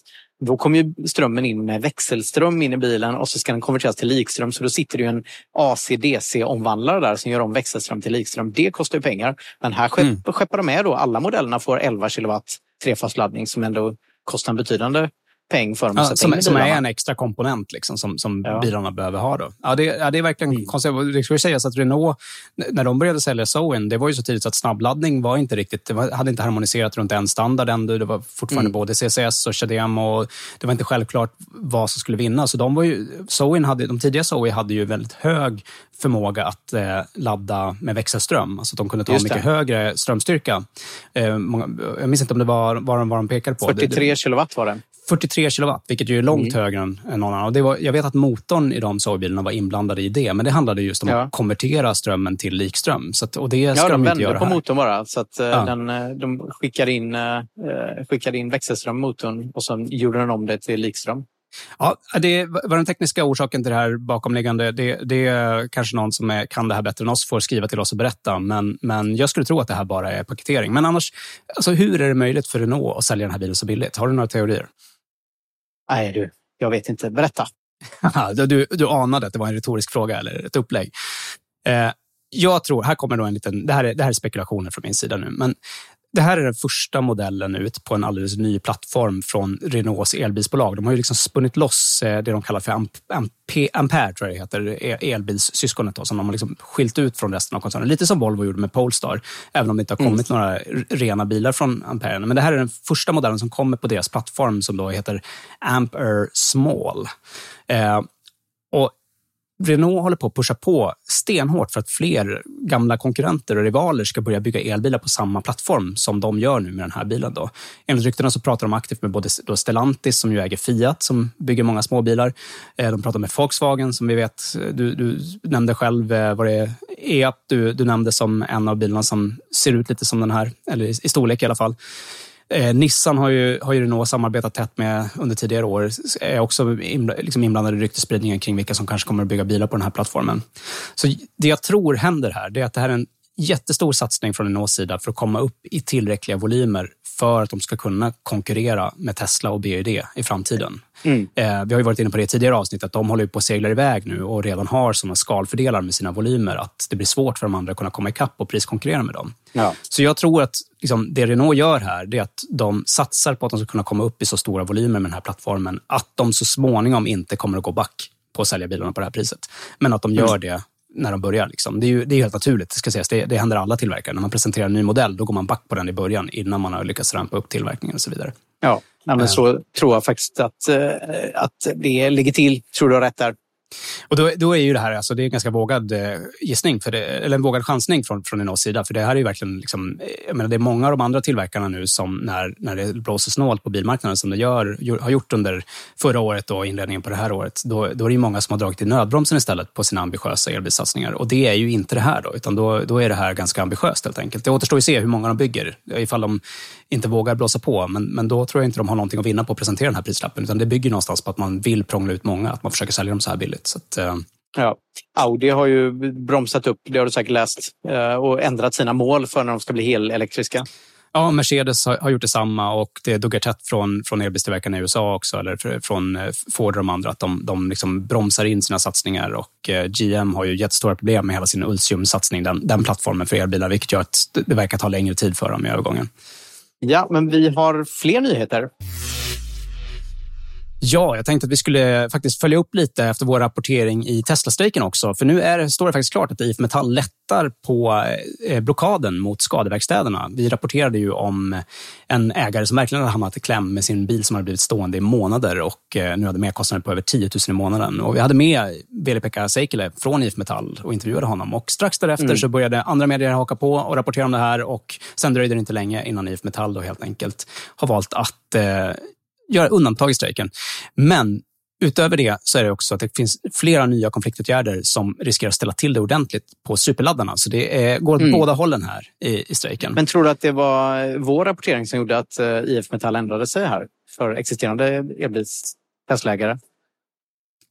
då kommer ju strömmen in med växelström in i bilen och så ska den konverteras till likström. Så då sitter det ju en AC-DC-omvandlare där som gör om växelström till likström. Det kostar ju pengar. Men här skeppar de med då. Alla modellerna får 11 kilowatt trefassladdning som ändå kostar en betydande peng för dem att sätta in i som bilarna. är en extra komponent liksom, som bilarna behöver ha då. Ja, det är verkligen konstigt. Det ska ju sägas att Renault, när de började sälja Zoen, det var ju så tidigt att snabbladdning var inte riktigt, hade inte harmoniserat runt en standard ändå. Det var fortfarande både CCS och CHAdeMO och det var inte självklart vad som skulle vinna. Så de tidiga Zoe hade ju väldigt hög förmåga att ladda med växelström. Alltså att de kunde ta mycket högre strömstyrka. Jag minns inte om det var vad de pekade på. 43 kilowatt var det. 43 kilowatt, vilket ju är långt högre än någon annan. Och jag vet att motorn i de Zoe-bilarna var inblandade i det, men det handlade just om att konvertera strömmen till likström. Så att, och det ska de inte göra här. på motorn bara, så att de skickade in växelström motorn och sen gjorde den om det till likström. Ja, det var den tekniska orsaken till det här bakomliggande. Det är kanske någon som kan det här bättre än oss får skriva till oss och berätta. Men jag skulle tro att det här bara är paketering. Men annars, alltså hur är det möjligt för Renault att sälja den här bilen så billigt? Har du några teorier? Nej jag vet inte. Berätta. du anade att det var en retorisk fråga eller ett upplägg. Jag tror, här kommer då en liten, det här är spekulationer från min sida nu, men det här är den första modellen ut på en alldeles ny plattform från Renaults elbilsbolag. De har ju liksom spunnit loss det de kallar för Ampere, tror jag det heter, elbilssyskonet då, som de har liksom skilt ut från resten av koncernen. Lite som Volvo gjorde med Polestar, även om det inte har kommit några rena bilar från Ampere. Men det här är den första modellen som kommer på deras plattform som då heter Ampere Small. Och Renault håller på att pusha på stenhårt för att fler gamla konkurrenter och rivaler ska börja bygga elbilar på samma plattform som de gör nu med den här bilen då. Enligt ryktena så pratar de aktivt med både Stellantis som ju äger Fiat som bygger många småbilar. De pratar med Volkswagen som vi vet, du nämnde själv vad det är, EAP du nämnde som en av bilarna som ser ut lite som den här, eller i storlek i alla fall. Nissan har ju Renault samarbetat tätt med under tidigare år. Är också inblandade i ryktespridningen kring vilka som kanske kommer att bygga bilar på den här plattformen. Så det jag tror händer här, det är att det här är en jättestor satsning från Renaults sida för att komma upp i tillräckliga volymer för att de ska kunna konkurrera med Tesla och BYD i framtiden. Vi har ju varit inne på det i tidigare avsnitt att de håller på att segla iväg nu och redan har sådana skalfördelar med sina volymer att det blir svårt för de andra att kunna komma ikapp och priskonkurrera med dem. Ja. Så jag tror att det Renault gör här, det är att de satsar på att de ska kunna komma upp i så stora volymer med den här plattformen att de så småningom inte kommer att gå back på att sälja bilarna på det här priset. Men att de gör det när de börjar. Liksom. Det är helt naturligt, ska sägas. Det händer alla tillverkare. När man presenterar en ny modell, då går man back på den i början innan man har lyckats rampa upp tillverkningen och så vidare. Ja, men så tror jag faktiskt att det ligger till. Tror du har rätt där? Och då är ju det här, alltså det är en ganska vågad gissning, eller en vågad chansning från Renaults sida. För det här är ju verkligen, liksom, jag menar, det är många av de andra tillverkarna nu som när det blåser snålt på bilmarknaden som det har gjort under förra året och inledningen på det här året. Då är det ju många som har dragit i nödbromsen istället på sina ambitiösa elbilssatsningar. Och det är ju inte det här då, utan då är det här ganska ambitiöst helt enkelt. Det återstår ju att se hur många de bygger, ifall de inte vågar blåsa på. Men då tror jag inte de har någonting att vinna på att presentera den här prislappen, utan det bygger någonstans på att man vill prångla ut många, att man försöker sälja dem så här billigt. Så att, ja. Audi har ju bromsat upp, det har du säkert läst, och ändrat sina mål för när de ska bli helelektriska. Ja, Mercedes har gjort detsamma och det duggar tätt från elbilstillverkarna i USA också, eller från Ford och de andra, att de liksom bromsar in sina satsningar, och GM har ju jättestora problem med hela sin Ultium-satsning, den plattformen för elbilar, vilket gör att det verkar ta längre tid för dem i övergången. Ja, men vi har fler nyheter. Ja, jag tänkte att vi skulle faktiskt följa upp lite efter vår rapportering i Tesla-strejken också. För nu står det faktiskt klart att IF Metall lättar på blockaden mot skadeverkstäderna. Vi rapporterade ju om en ägare som verkligen hade hamnat i kläm med sin bil som hade blivit stående i månader och nu hade merkostnader på över 10 000 i månaden. Och vi hade med Veli-Pekka Seikkilä från IF Metall och intervjuade honom. Och strax därefter så började andra medier haka på och rapportera om det här, och sen dröjde det inte länge innan IF Metall då helt enkelt har valt att göra undantag i strejken. Men utöver det så är det också att det finns flera nya konfliktåtgärder som riskerar att ställa till det ordentligt på superladdarna. Så det går åt båda hållen här i strejken. Men tror du att det var vår rapportering som gjorde att IF Metall ändrade sig här för existerande elbilstestlägare?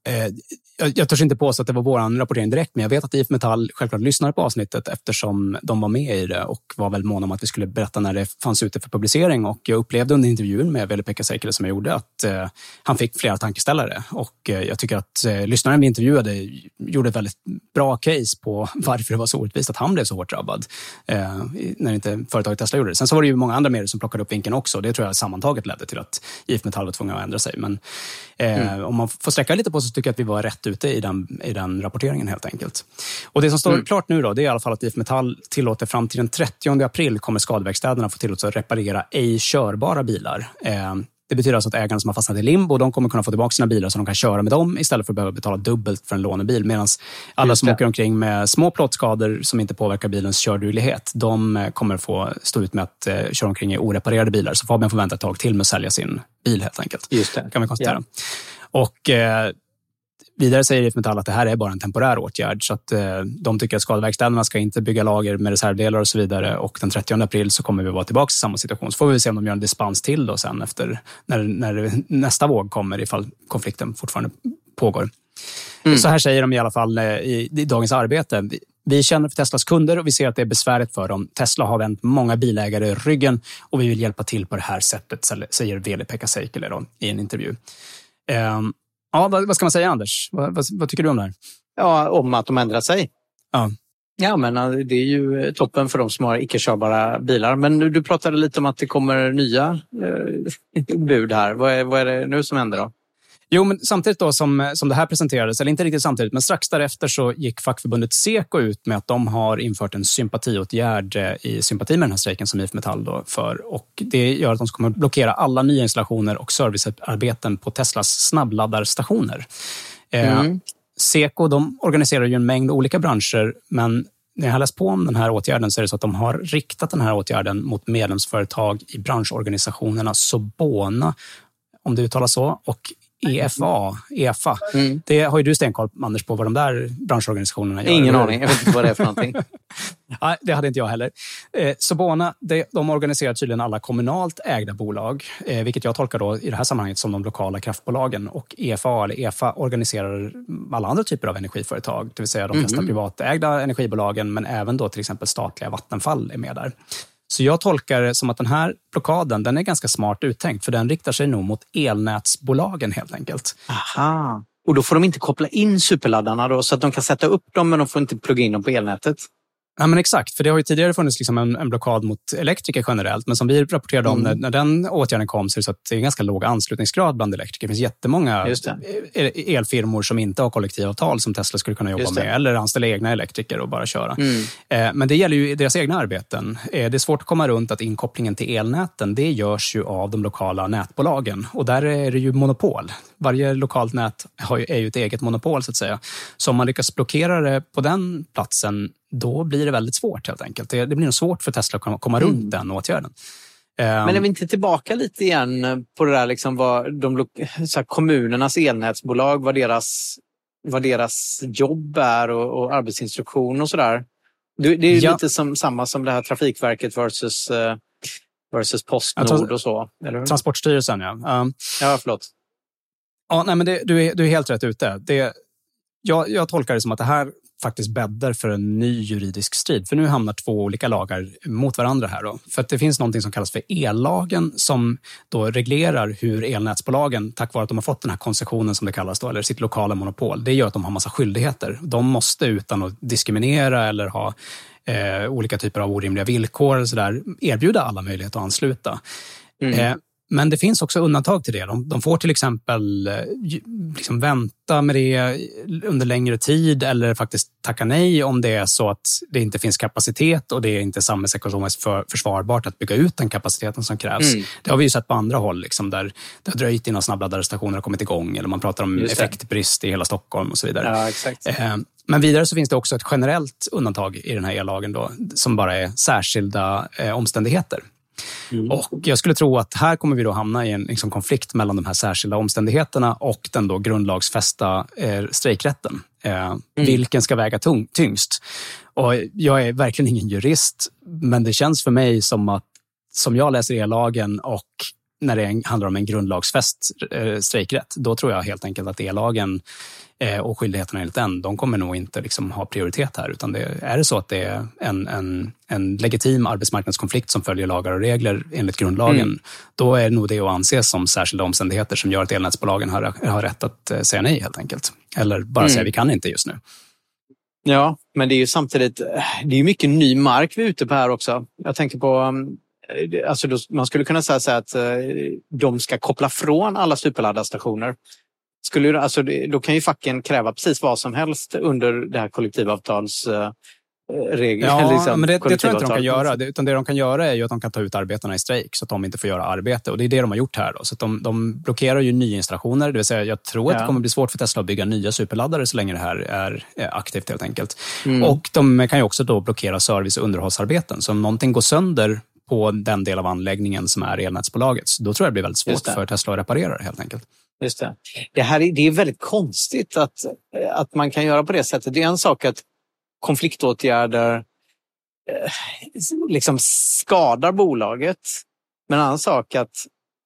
Jag törs inte påstå att det var vår rapportering direkt, men jag vet att IF Metall självklart lyssnade på avsnittet eftersom de var med i det och var väl måna om att vi skulle berätta när det fanns ute för publicering. Och jag upplevde under intervjun med Veli-Pekka Seikkilä som jag gjorde att han fick flera tankeställare. Och jag tycker att lyssnaren vi intervjuade gjorde ett väldigt bra case på varför det var så orättvist att han blev så hårt drabbad när inte företaget Tesla gjorde det. Sen så var det ju många andra medier som plockade upp vinkeln också. Det tror jag sammantaget ledde till att IF Metall var tvungna att ändra sig. Men om man får sträcka lite på så tycker jag att vi var rätt ute i den rapporteringen helt enkelt. Och det som står klart nu då, det är i alla fall att IF Metall tillåter fram till den 30 april kommer skadeverkstäderna få tillåtelse att reparera ej körbara bilar. Det betyder alltså att ägarna som har fastnat i limbo, de kommer kunna få tillbaka sina bilar så de kan köra med dem istället för att behöva betala dubbelt för en lånebil. Medan alla som åker omkring med små plåtskador som inte påverkar bilens körduglighet, de kommer få stå ut med att köra omkring i oreparerade bilar. Så Fabian får vänta ett tag till med att sälja sin bil helt enkelt. Just det. Kan vi konstatera. Ja. Och vidare säger IF Metall att det här är bara en temporär åtgärd så att de tycker att skadeverkstäderna ska inte bygga lager med reservdelar och så vidare och den 30 april så kommer vi vara tillbaka i samma situation. Så får vi se om de gör en dispens till då sen efter när nästa våg kommer ifall konflikten fortfarande pågår. Så här säger de i alla fall i dagens arbete. Vi känner för Teslas kunder och vi ser att det är besvärligt för dem. Tesla har vänt många bilägare i ryggen och vi vill hjälpa till på det här sättet, säger Veli-Pekka Seikkilä då i en intervju. Ja, vad ska man säga, Anders? Vad tycker du om det här? Ja, om att de ändrar sig. Ja, men det är ju toppen för de som har icke-körbara bilar. Men du pratade lite om att det kommer nya bud här. Vad är det nu som händer då? Jo, men samtidigt då som det här presenterades, eller inte riktigt samtidigt, men strax därefter så gick fackförbundet Seko ut med att de har infört en sympatiåtgärd i sympati med den här strejken som IF Metall då för. Och det gör att de kommer blockera alla nya installationer och servicearbeten på Teslas snabbladdarstationer. Seko, de organiserar ju en mängd olika branscher, men när jag har läst på om den här åtgärden så är det så att de har riktat den här åtgärden mot medlemsföretag i branschorganisationerna Sobona, om det uttalas så, och EFA. Det har ju du stenkoll, Anders, på vad de där branschorganisationerna gör. Ingen aning, jag vet inte vad det är för någonting. Nej, det hade inte jag heller. Sobona, de organiserar tydligen alla kommunalt ägda bolag, vilket jag tolkar då i det här sammanhanget som de lokala kraftbolagen. Och EFA organiserar alla andra typer av energiföretag, det vill säga de flesta privatägda energibolagen, men även då till exempel statliga Vattenfall är med där. Så jag tolkar det som att den här blockaden, den är ganska smart uttänkt, för den riktar sig nog mot elnätsbolagen helt enkelt. Aha. Och då får de inte koppla in superladdarna då, så att de kan sätta upp dem, men de får inte plugga in dem på elnätet? Ja, men exakt, för det har ju tidigare funnits liksom en blockad mot elektriker generellt, men som vi rapporterade om när den åtgärden kom så är det så att det är en ganska låg anslutningsgrad bland elektriker. Det finns jättemånga elfirmor som inte har kollektivavtal som Tesla skulle kunna jobba med, eller anställa egna elektriker och bara köra. Men det gäller ju deras egna arbeten. Det är svårt att komma runt att inkopplingen till elnäten, det görs ju av de lokala nätbolagen, och där är det ju monopol. Varje lokalt nät är ju ett eget monopol så att säga. Så om man lyckas blockera det på den platsen, då blir det väldigt svårt helt enkelt. Det blir nog svårt för Tesla att komma runt den åtgärden. Men är vi inte tillbaka lite igen på det där liksom vad kommunernas elnätsbolag, vad deras jobb är och arbetsinstruktion och sådär. Det är ju lite samma som det här Trafikverket versus Postnord och så. Eller? Transportstyrelsen, ja. Ja, förlåt. Ja, nej, men du är helt rätt ute. Jag tolkar det som att det här faktiskt bäddar för en ny juridisk strid. För nu hamnar två olika lagar mot varandra här då. För att det finns någonting som kallas för ellagen som då reglerar hur elnätsbolagen, tack vare att de har fått den här koncessionen som det kallas då, eller sitt lokala monopol, det gör att de har massa skyldigheter. De måste utan att diskriminera eller ha olika typer av orimliga villkor och så där, erbjuda alla möjligheter att ansluta. Men det finns också undantag till det. De får till exempel liksom vänta med det under längre tid eller faktiskt tacka nej om det är så att det inte finns kapacitet och det är inte samhällsekonomiskt försvarbart att bygga ut den kapaciteten som krävs. Det har vi ju sett på andra håll liksom, där det har dröjt innan snabbladdarstationer har kommit igång, eller man pratar om effektbrist i hela Stockholm och så vidare. Ja, exakt. Men vidare så finns det också ett generellt undantag i den här ellagen då, som bara är särskilda omständigheter. Och jag skulle tro att här kommer vi då hamna i en liksom konflikt mellan de här särskilda omständigheterna och den då grundlagsfästa strejkrätten. Vilken ska väga tyngst? Och jag är verkligen ingen jurist, men det känns för mig som att, som jag läser ellagen och när det handlar om en grundlagsfäst strejkrätt, då tror jag helt enkelt att E-lagen och skyldigheterna enligt den, de kommer nog inte liksom ha prioritet här, utan är det så att det är en legitim arbetsmarknadskonflikt som följer lagar och regler enligt grundlagen, då är nog det att anses som särskilda omständigheter som gör att elnätsbolagen har rätt att säga nej helt enkelt. Eller bara säga vi kan inte just nu. Ja, men det är ju samtidigt, det är mycket ny mark vi är ute på här också. Jag tänker på, alltså man skulle kunna säga så att de ska koppla från alla superladdarstationer. Då kan ju facken kräva precis vad som helst under det här kollektivavtalsregler. Ja, liksom, men det tror jag inte de kan göra. Utan det de kan göra är ju att de kan ta ut arbetarna i strejk så att de inte får göra arbete. Och det är det de har gjort här då. Så att de blockerar ju nyinstallationer. Det vill säga, jag tror att det kommer bli svårt för Tesla att bygga nya superladdare så länge det här är aktivt helt enkelt. Och de kan ju också då blockera service- och underhållsarbeten. Så om någonting går sönder på den del av anläggningen som är elnätsbolagets, då tror jag det blir väldigt svårt för Tesla att reparera det helt enkelt. Just det. Det är väldigt konstigt att man kan göra på det sättet. Det är en sak att konfliktåtgärder liksom skadar bolaget. Men en annan sak att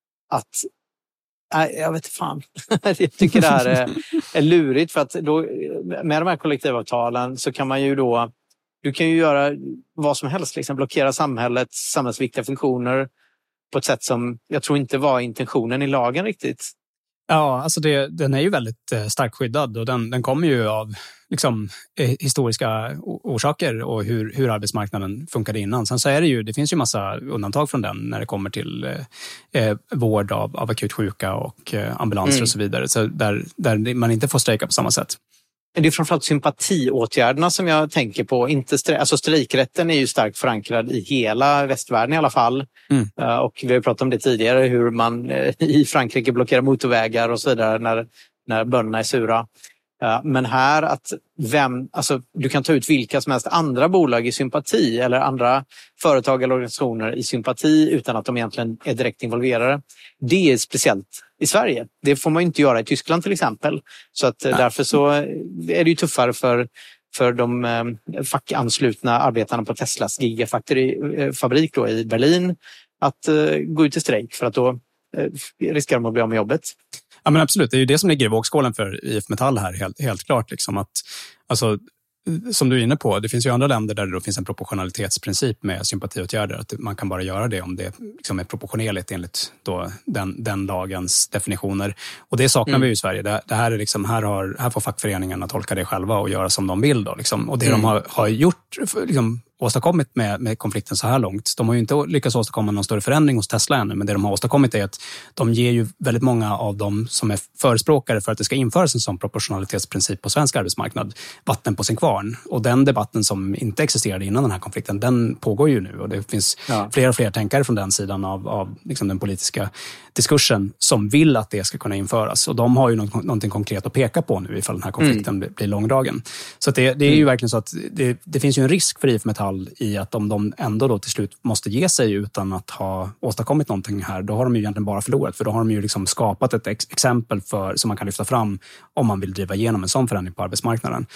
jag vet fan. Jag tycker det här är lurigt, för att då, med de här kollektivavtalen så kan man ju då, du kan ju göra vad som helst, liksom blockera samhällets samhällsviktiga funktioner på ett sätt som jag tror inte var intentionen i lagen riktigt. Ja, alltså den är ju väldigt starkt skyddad och den kommer ju av liksom, historiska orsaker och hur arbetsmarknaden funkade innan. Sen så är det finns ju massa undantag från den när det kommer till vård av akut sjuka och ambulanser och så vidare. Så där man inte får strejka på samma sätt. Det är framförallt sympatiåtgärderna som jag tänker på. Alltså strejkrätten är ju starkt förankrad i hela västvärlden i alla fall. Och vi har pratat om det tidigare, hur man i Frankrike blockerar motorvägar och så vidare när bönderna är sura. Men här du kan ta ut vilka som helst andra bolag i sympati eller andra företag eller organisationer i sympati utan att de egentligen är direkt involverade. Det är speciellt i Sverige. Det får man ju inte göra i Tyskland till exempel. Så att därför så är det ju tuffare för de fackanslutna arbetarna på Teslas Gigafactory-fabrik då i Berlin att gå ut i strejk, för att då riskerar de att bli av med jobbet. Ja, men absolut, det är ju det som ligger i vågskålen för IF Metall här, helt klart. Liksom att, alltså, som du är inne på, det finns ju andra länder där det då finns en proportionalitetsprincip med sympatiåtgärder. Att man kan bara göra det om det liksom är proportionerligt enligt då den lagens definitioner. Och det saknar vi ju i Sverige. Det här är liksom, här får fackföreningarna tolka det själva och göra som de vill då. Liksom. Och det de har gjort, liksom, åstadkommit med konflikten så här långt. De har ju inte lyckats åstadkomma någon större förändring hos Tesla ännu, men det de har åstadkommit är att de ger ju väldigt många av dem som är förespråkare för att det ska införas en sån proportionalitetsprincip på svensk arbetsmarknad vatten på sin kvarn. Och den debatten som inte existerade innan den här konflikten, den pågår ju nu, och det finns fler och fler tänkare från den sidan av liksom den politiska diskursen som vill att det ska kunna införas. Och de har ju någonting konkret att peka på nu ifall den här konflikten blir långdragen. Så att det är ju verkligen så att det finns ju en risk för IF Metall i att om de ändå då till slut måste ge sig utan att ha åstadkommit någonting här, då har de ju egentligen bara förlorat, för då har de ju liksom skapat ett exempel som man kan lyfta fram om man vill driva igenom en sån förändring på arbetsmarknaden.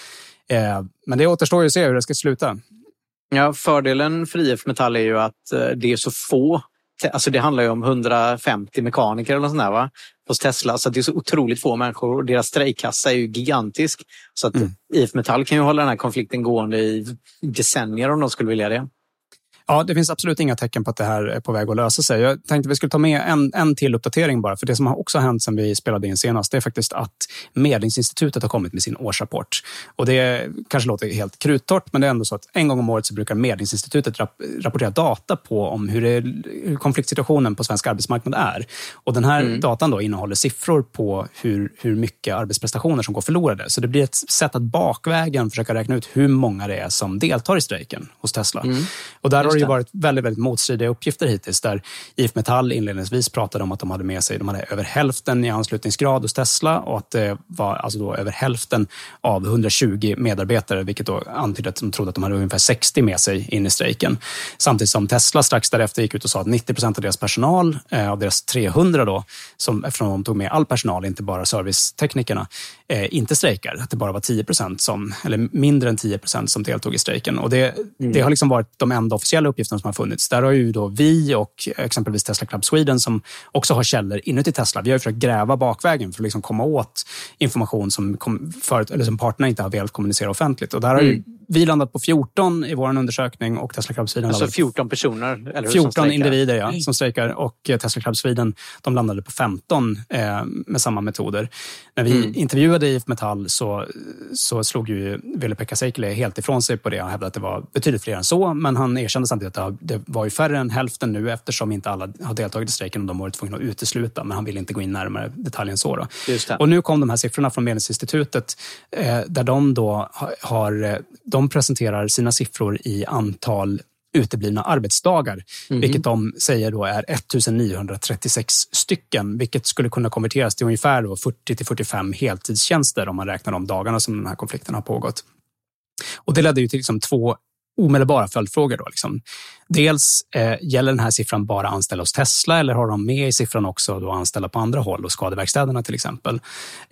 Men det återstår ju att se hur det ska sluta. Ja, fördelen för IF Metall är ju att det är så få. Alltså det handlar ju om 150 mekaniker eller något sånt där, va? Hos Tesla. Så det är så otroligt få människor och deras strejkkassa är ju gigantisk. Så att IF Metall kan ju hålla den här konflikten gående i decennier om de skulle vilja det. Ja, det finns absolut inga tecken på att det här är på väg att lösa sig. Jag tänkte att vi skulle ta med en till uppdatering bara. För det som har också hänt sedan vi spelade in senast, det är faktiskt att Medlingsinstitutet har kommit med sin årsrapport. Och det kanske låter helt kruttorrt, men det är ändå så att en gång om året så brukar Medlingsinstitutet rapportera data på om hur konfliktsituationen på svensk arbetsmarknad är. Och den här datan då innehåller siffror på hur mycket arbetsprestationer som går förlorade. Så det blir ett sätt att bakvägen försöka räkna ut hur många det är som deltar i strejken hos Tesla. Och där har det ju varit väldigt, väldigt motstridiga uppgifter hittills, där IF Metall inledningsvis pratade om att de hade över hälften i anslutningsgrad hos Tesla, och att det var alltså då över hälften av 120 medarbetare, vilket då antydde att de trodde att de hade ungefär 60 med sig in i strejken. Samtidigt som Tesla strax därefter gick ut och sa att 90% av deras personal, av deras 300 då, eftersom de tog med all personal, inte bara serviceteknikerna, inte strejkar. Att det bara var 10% eller mindre än 10% som deltog i strejken. Och det har liksom varit de enda officiella officiella uppgifterna som har funnits, där har ju då vi och exempelvis Tesla Club Sweden som också har källor inuti Tesla. Vi har ju försökt gräva bakvägen för att liksom komma åt information som som parterna inte har velat kommunicera offentligt. Och där har ju vi landat på 14 i vår undersökning och Tesla Club Sweden... Alltså 14 personer? Eller 14 individer, som strejkar. Och Tesla Club Sweden, de landade på 15 med samma metoder. När vi intervjuade IF Metall så slog ju Veli-Pekka Seikkilä helt ifrån sig på det. Han hävdade att det var betydligt fler än så, men han erkände samtidigt att det var ju färre än hälften nu eftersom inte alla har deltagit i strejken och de varit tvungna att utesluta, men han ville inte gå in närmare detaljen så då. Och nu kom de här siffrorna från Medlingsinstitutet där de då de presenterar sina siffror i antal uteblivna arbetsdagar, vilket de säger då är 1936 stycken, vilket skulle kunna konverteras till ungefär 40-45 heltidstjänster om man räknar de dagarna som den här konflikten har pågått. Och det ledde ju till liksom 2 omedelbara följdfrågor då. Liksom. Dels gäller den här siffran bara anställda hos Tesla eller har de med i siffran också då anställda på andra håll och skadeverkstäderna till exempel?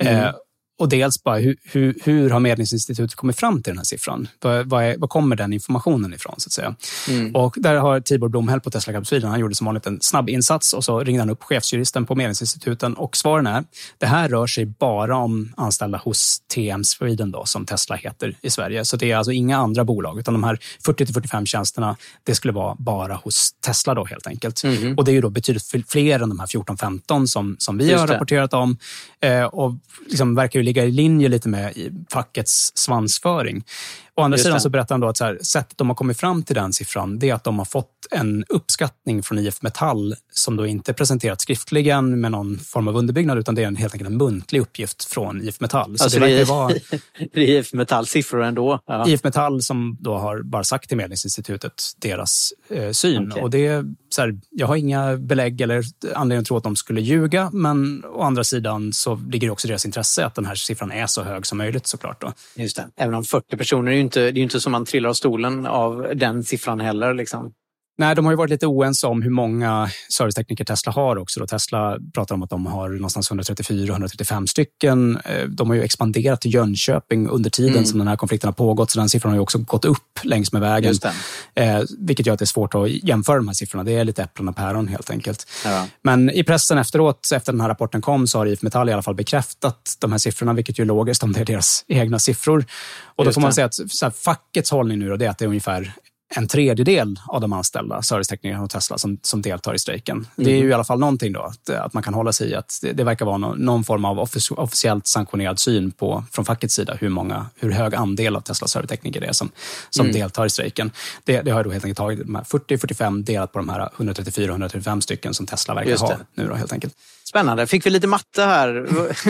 Och dels bara hur har Medlingsinstitutet kommit fram till den här siffran? Vad kommer den informationen ifrån så att säga? Och där har Tibor Blomhäll på Tesla Club Sweden, han gjorde som vanligt en snabb insats och så ringde han upp chefsjuristen på Medlingsinstituten och svaren är, det här rör sig bara om anställda hos TM Sweden då, som Tesla heter i Sverige. Så det är alltså inga andra bolag utan de här 40-45 tjänsterna, det skulle vara bara hos Tesla då helt enkelt. Och det är ju då betydligt fler än de här 14-15 som vi har rapporterat om och liksom verkar ju ligga i linje lite med fackets svansföring. Å andra sidan så berättar han då att så här, sättet de har kommit fram till den siffran, det är att de har fått en uppskattning från IF Metall som då inte presenterats skriftligen med någon form av underbyggnad, utan det är helt enkelt en muntlig uppgift från IF Metall. Så alltså det är IF Metall siffror ändå? Ja. IF Metall som då har bara sagt till Medlingsinstitutet deras syn. Och det är så här, jag har inga belägg eller anledning att tro att de skulle ljuga, men å andra sidan så ligger det också deras intresse att den här siffran är så hög som möjligt såklart då. Just det. Även om 40 personer är det är ju inte som man trillar av stolen av den siffran heller liksom. Nej, de har ju varit lite oense om hur många servicetekniker Tesla har också. Då Tesla pratar om att de har någonstans 134-135 stycken. De har ju expanderat till Jönköping under tiden som den här konflikten har pågått. Så den siffran har ju också gått upp längs med vägen. Vilket gör att det är svårt att jämföra de här siffrorna. Det är lite äpplen och päron helt enkelt. Ja. Men i pressen efteråt, efter den här rapporten kom, så har IF Metall i alla fall bekräftat de här siffrorna, vilket ju är logiskt om det är deras egna siffror. Och då får man säga att så här, fackets hållning nu då, det är att det är ungefär 1/3 av de anställda serviceteknikerna och Tesla som deltar i strejken. Det är ju i alla fall någonting då, att man kan hålla sig i att det verkar vara någon form av officiellt sanktionerad syn från fackets sida hur hög andel av Tesla servicetekniker det är som deltar i strejken. Det har då helt enkelt tagit de här 40-45 delat på de här 134-135 stycken som Tesla verkar ha nu då helt enkelt. Spännande. Fick vi lite matte här?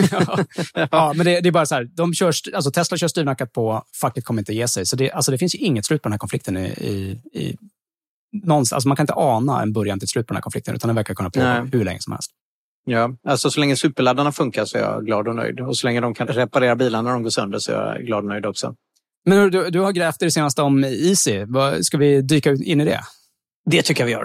Ja, men det är bara så här. Tesla kör styvnackat på, facket kommer inte ge sig. Så det finns ju inget slut på den här konflikten någonstans. Alltså man kan inte ana en början till slut på den här konflikten, utan den verkar kunna pågå hur länge som helst. Ja, alltså så länge superladdarna funkar så är jag glad och nöjd. Och så länge de kan reparera bilarna när de går sönder så är jag glad och nöjd också. Men du har grävt i det senaste om Easy. Ska vi dyka in i det? Det tycker jag vi gör.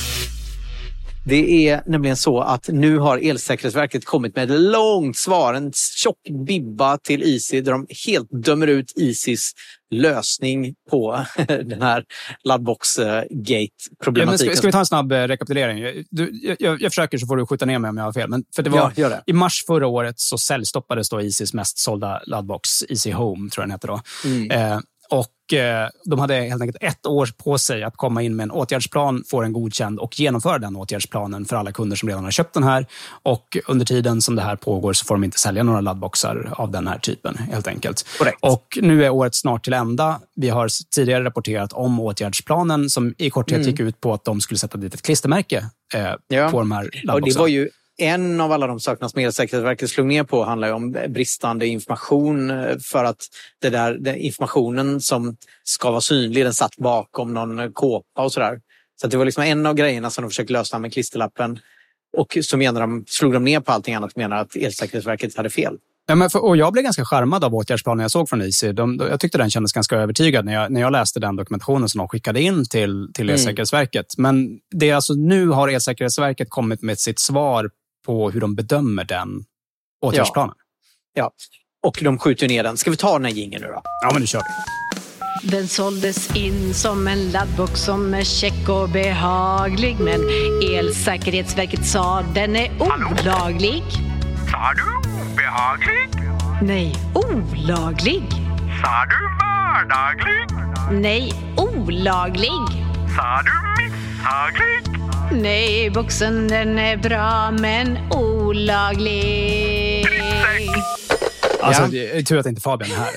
Det är nämligen så att nu har Elsäkerhetsverket kommit med ett långt svar, en tjock bibba till Easy där de helt dömer ut Easys lösning på den här laddbox-gate-problematiken. Ska vi ta en snabb rekapitulering? Jag försöker så får du skjuta ner mig om jag har fel. Men för det var, gör det. I mars förra året så säljstoppades då Easys mest sålda laddbox, Easy Home tror jag den heter då. Och de hade helt enkelt 1 år på sig att komma in med en åtgärdsplan, få den godkänd och genomföra den åtgärdsplanen för alla kunder som redan har köpt den här. Och under tiden som det här pågår så får de inte sälja några laddboxar av den här typen helt enkelt. Korrekt. Och nu är året snart till ända. Vi har tidigare rapporterat om åtgärdsplanen som i korthet gick ut på att de skulle sätta dit ett klistermärke på de här laddboxarna. Och det var ju en av alla de sakerna som Elsäkerhetsverket slog ner på handlar ju om bristande information, för att den informationen som ska vara synlig, den satt bakom någon kåpa och sådär. Så att det var liksom en av grejerna som de försökte lösa med klisterlappen. Och så slog de ner på allting annat och menar att Elsäkerhetsverket hade fel. Ja, och jag blev ganska charmad av åtgärdsplanen jag såg från Easy. Jag tyckte den kändes ganska övertygad när jag läste den dokumentationen som de skickade in till Elsäkerhetsverket. Men det är alltså, nu har Elsäkerhetsverket kommit med sitt svar på hur de bedömer den åtgärdsplanen. Ja, och de skjuter ner den. Ska vi ta den här jingeln nu då? Ja, men nu kör vi. Den såldes in som en laddbox som är check och behaglig. Men Elsäkerhetsverket sa den är olaglig. Sa du obehaglig? Nej, olaglig. Sa du vardaglig? Nej, olaglig. Sa du misshaglig? Nej, boxen den är bra men olaglig. Alltså, det är tur att inte Fabian är här.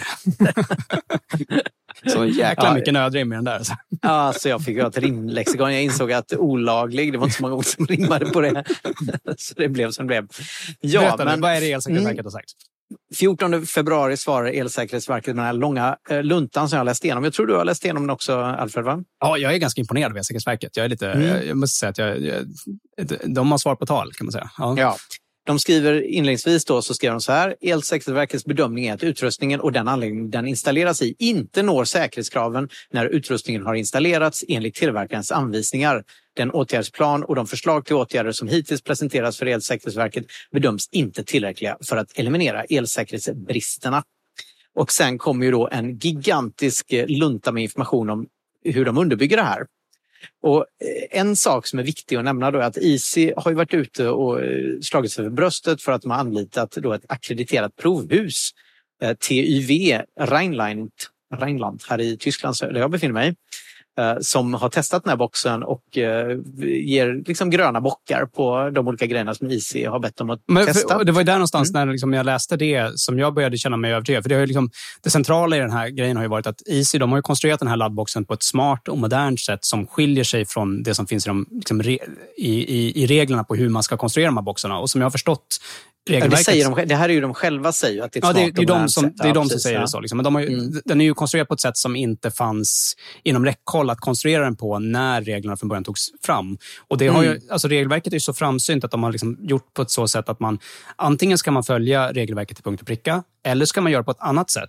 Så jäkla mycket nödrim i den där. Alltså. Ja, alltså jag fick ett rimlexikon. Jag insåg att olaglig, det var inte så många ord som rimmade på det. Så det blev som det blev. Ja, berätta, men vad är det Elsäkerhetsverket har sagt? 14 februari svarar Elsäkerhetsverket med den här långa luntan som jag läst igenom. Jag tror du har läst igenom den också, Alfred, va? Ja, jag är ganska imponerad av Elsäkerhetsverket. Jag är lite, jag måste säga att de har svar på tal, kan man säga. Ja. De skriver inledningsvis då, så skriver de så här: Elsäkerhetsverkets bedömning är att utrustningen och den anläggning den installeras i inte når säkerhetskraven när utrustningen har installerats enligt tillverkarens anvisningar. Den åtgärdsplan och de förslag till åtgärder som hittills presenteras för Elsäkerhetsverket bedöms inte tillräckliga för att eliminera elsäkerhetsbristerna. Och sen kommer ju då en gigantisk lunta med information om hur de underbygger det här. Och en sak som är viktig att nämna då är att Easy har ju varit ute och slagit sig för bröstet för att de har anlitat då ett akkrediterat provhus, TÜV Rheinland här i Tyskland, där jag befinner mig, som har testat den här boxen och ger liksom gröna bockar på de olika grejerna som Easy har bett dem att testa. Det var ju där någonstans när liksom jag läste det som jag började känna mig övertygad. För det, har ju liksom, det centrala i den här grejen har ju varit att Easy, de har ju konstruerat den här laddboxen på ett smart och modernt sätt som skiljer sig från det som finns i reglerna på hur man ska konstruera de här boxarna. Och som jag har förstått det här är ju de själva säger att det är ett smart det är de som säger det så. Liksom. Men den är ju konstruerad på ett sätt som inte fanns inom räckhåll att konstruera den på när reglerna från början togs fram. Och det har ju, alltså regelverket är ju så framsynt att de har liksom gjort på ett så sätt att man antingen ska man följa regelverket till punkt och pricka, eller ska man göra på ett annat sätt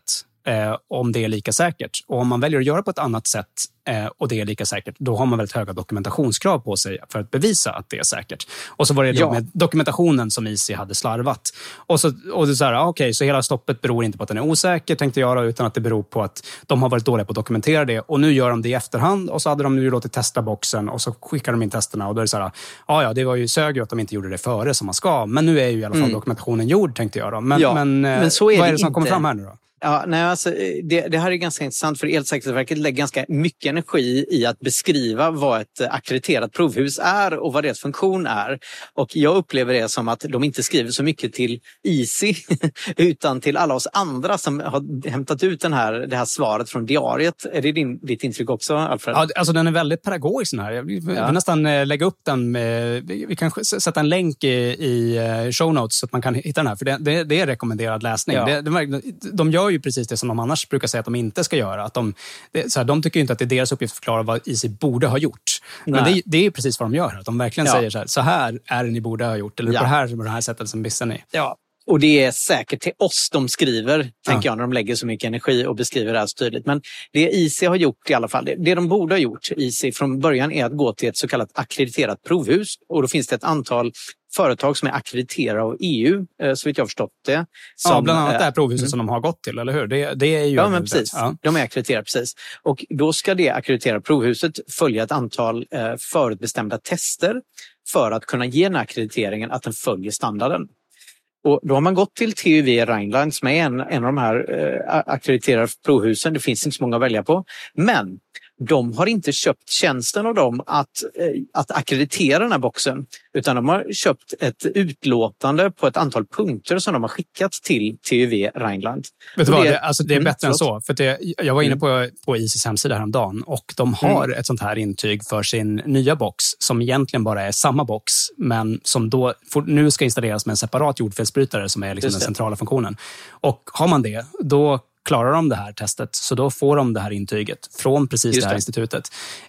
om det är lika säkert. Och om man väljer att göra på ett annat sätt och det är lika säkert, då har man väldigt höga dokumentationskrav på sig för att bevisa att det är säkert. Och så var det med dokumentationen som Easy hade slarvat. Och det är så här, okej, så hela stoppet beror inte på att den är osäker, tänkte jag då, utan att det beror på att de har varit dåliga på att dokumentera det. Och nu gör de det i efterhand, och så hade de nu låtit testa boxen och så skickar de in testerna, och då är det så här, ja, det var ju sög att de inte gjorde det före som man ska, men nu är ju i alla fall dokumentationen gjord, tänkte jag då. Men så är vad är det som kommer fram här nu då? Ja, nej, alltså, det här är ganska intressant, för Elsäkerhetsverket lägger ganska mycket energi i att beskriva vad ett akkrediterat provhus är och vad deras funktion är. Och jag upplever det som att de inte skriver så mycket till Easy utan till alla oss andra som har hämtat ut det här svaret från diariet. Är det ditt intryck också, Alfred? Ja, alltså den är väldigt pedagogisk den här. Jag vill nästan lägga upp den. Vi kan sätta en länk i show notes så att man kan hitta den här. För det är rekommenderad läsning. Ja. De gör ju precis det som de annars brukar säga att de inte ska göra. Att de tycker ju inte att det är deras uppgift att förklara vad Easy borde ha gjort. Men det är ju precis vad de gör. Att de verkligen säger så här är det ni borde ha gjort. Eller på det här sättet som missar ni. Ja. Och det är säkert till oss de skriver, tänker jag, när de lägger så mycket energi och beskriver det här så tydligt. Men det Easy har gjort i alla fall, det de borde ha gjort, Easy, från början är att gå till ett så kallat akkrediterat provhus. Och då finns det ett antal företag som är akkrediterade av EU, så vitt jag har förstått det. Som, bland annat det här provhuset som de har gått till, eller hur? Det är ju... Ja, men precis. Ja. De är akkrediterade, precis. Och då ska det akkrediterade provhuset följa ett antal förutbestämda tester för att kunna ge den här akkrediteringen att den följer standarden. Och då har man gått till TÜV Rheinland som är en av de här akkrediterade provhusen. Det finns inte så många att välja på. Men de har inte köpt tjänsten av dem att akkreditera den här boxen. Utan de har köpt ett utlåtande på ett antal punkter som de har skickat till TÜV Rheinland. Vet du vad, det är bättre än så. För jag var inne på Easys hemsida häromdagen, och de har ett sånt här intyg för sin nya box som egentligen bara är samma box, men som då nu ska installeras med en separat jordfelsbrytare som är liksom den centrala funktionen. Och har man det, då klarar de det här testet, så då får de det här intyget från precis det här institutet.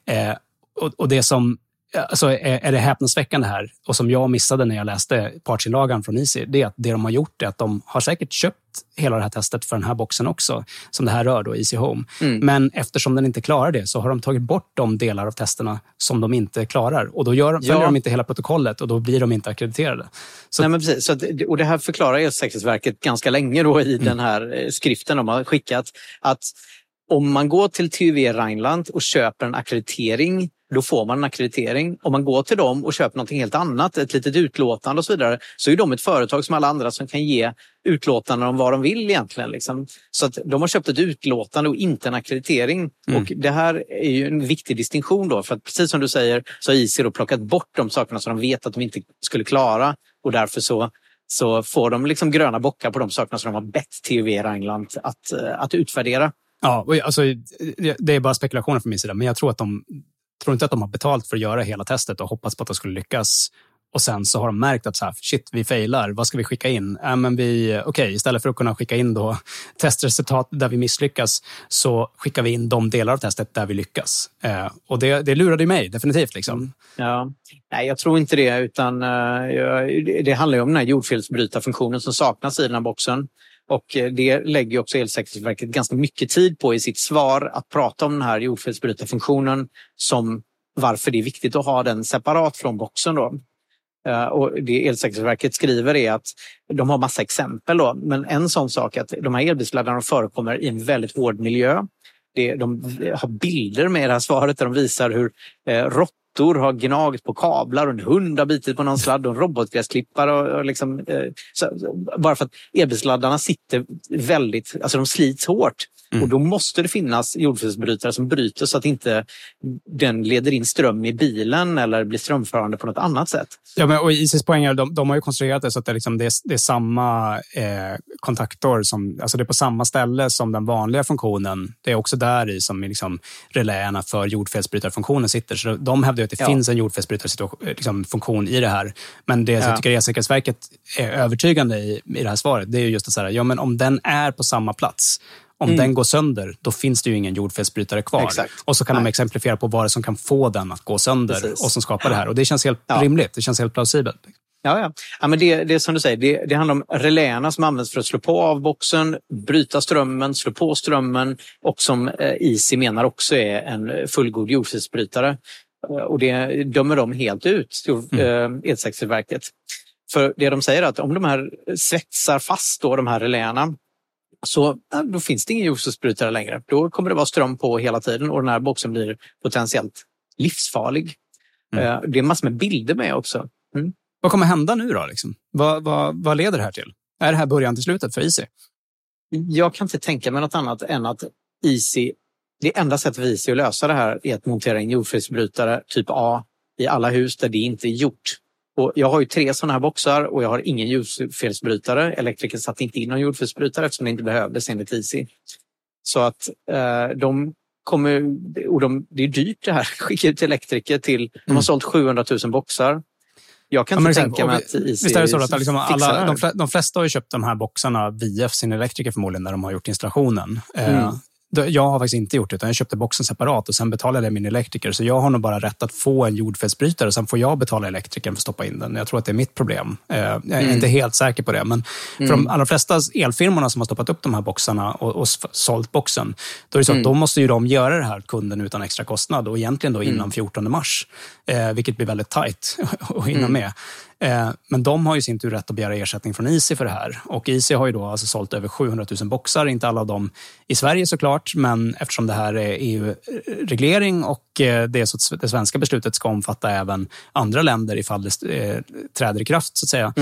Och det som alltså är det häpnadsväckande här, och som jag missade när jag läste partsinlagan från Easy, det är att det de har gjort är att de har säkert köpt hela det här testet för den här boxen också, som det här rör då, Easy Home. Men eftersom den inte klarar det, så har de tagit bort de delar av testerna som de inte klarar, och då följer de inte hela protokollet, och då blir de inte akkrediterade. Nej, men precis. Och det här förklarar Elsäkerhetsverket ganska länge då i den här skriften de har skickat, att om man går till TÜV Rheinland och köper en akkreditering, då får man en akkreditering. Om man går till dem och köper något helt annat, ett litet utlåtande och så vidare, så är de ett företag som alla andra som kan ge utlåtanden om vad de vill egentligen. Liksom. Så att de har köpt ett utlåtande och inte en akkreditering. Och det här är ju en viktig distinktion då, för att precis som du säger så har IC då plockat bort de sakerna som de vet att de inte skulle klara, och därför så får de liksom gröna bockar på de sakerna som de har bett TÜV Rheinland att utvärdera. Ja, alltså, det är bara spekulationer från min sida, men jag tror inte att de har betalt för att göra hela testet och hoppas på att det skulle lyckas. Och sen så har de märkt att så här, shit, vi failar. Vad ska vi skicka in? Istället för att kunna skicka in då testresultat där vi misslyckas, så skickar vi in de delar av testet där vi lyckas. Och det lurade mig definitivt. Liksom. Ja. Nej, jag tror inte det, utan det handlar ju om den här jordfelsbrytarfunktionen som saknas i den här boxen. Och det lägger också Elsäkerhetsverket ganska mycket tid på i sitt svar, att prata om den här jordfelsbrytarfunktionen, som varför det är viktigt att ha den separat från boxen då. Och det Elsäkerhetsverket skriver är att de har massa exempel då, men en sån sak är att de här elbilsladdarna förekommer i en väldigt hård miljö. De har bilder med det här svaret där de visar hur råttor har gnagit på kablar och en hund har bitit på någon sladd och en robotgräsklippare och liksom, bara för att elbilsladdarna sitter väldigt, alltså de slits hårt. Och då måste det finnas jordfelsbrytare som bryter så att inte den leder in ström i bilen eller blir strömförande på något annat sätt. Ja, men och ICs poänger, de har ju konstruerat det så att det är samma kontaktor som, alltså det är på samma ställe som den vanliga funktionen. Det är också där i som liksom reläerna för jordfelsbrytarfunktionen sitter. Så de hävdar ju att det finns en jordfelsbrytarfunktion i det här. Men det jag tycker Elsäkerhetsverket är övertygande i det här svaret, det är ju just att säga, ja men om den är på samma plats, om den går sönder, då finns det ju ingen jordfelsbrytare kvar. Exakt. Och så kan de exemplifiera på vad det som kan få den att gå sönder och som skapar det här. Och det känns helt rimligt, det känns helt plausibelt. Ja, men det är som du säger, det handlar om reläerna som används för att slå på av boxen, bryta strömmen, slå på strömmen, och som IC menar också är en fullgod jordfelsbrytare. Och det dömer de helt ut, Elsäkerhetsverket. För det de säger är att om de här svetsar fast då, de här reläerna, så då finns det ingen jordfelsbrytare längre. Då kommer det vara ström på hela tiden och den här boxen blir potentiellt livsfarlig. Det är massor med bilder med också. Vad kommer hända nu då? Liksom? Vad leder det här till? Är det här början till slutet för IC? Jag kan inte tänka mig något annat än att IC, det enda sättet för IC att lösa det här är att montera in jordfelsbrytare typ A i alla hus där det inte är gjort. Och jag har ju 3 sådana här boxar och jag har ingen jordfelsbrytare. Elektriker satt inte in någon jordfelsbrytare eftersom det inte behövdes enligt IC. Så att de kommer, och det är dyrt det här, skicka ut elektriker till, de har sålt 700 000 boxar. Jag kan inte tänka mig att IC visst är det så att liksom de flesta har ju köpt de här boxarna via sin elektriker förmodligen när de har gjort installationen. Jag har faktiskt inte gjort det, utan jag köpte boxen separat och sen betalade jag min elektriker. Så jag har nog bara rätt att få en jordfelsbrytare och sen får jag betala elektrikern för att stoppa in den. Jag tror att det är mitt problem. Jag är inte helt säker på det. Men för de allra flesta elfirmorna som har stoppat upp de här boxarna och sålt boxen, då är det så att då måste ju de göra det här kunden utan extra kostnad och egentligen då innan 14 mars. Vilket blir väldigt tajt att hinna med. Men de har ju sin tur rätt att begära ersättning från IC för det här. Och IC har ju då alltså sålt över 700 000 boxar, inte alla av dem i Sverige såklart, men eftersom det här är EU-reglering och det svenska beslutet ska omfatta även andra länder ifall det träder i kraft så att säga,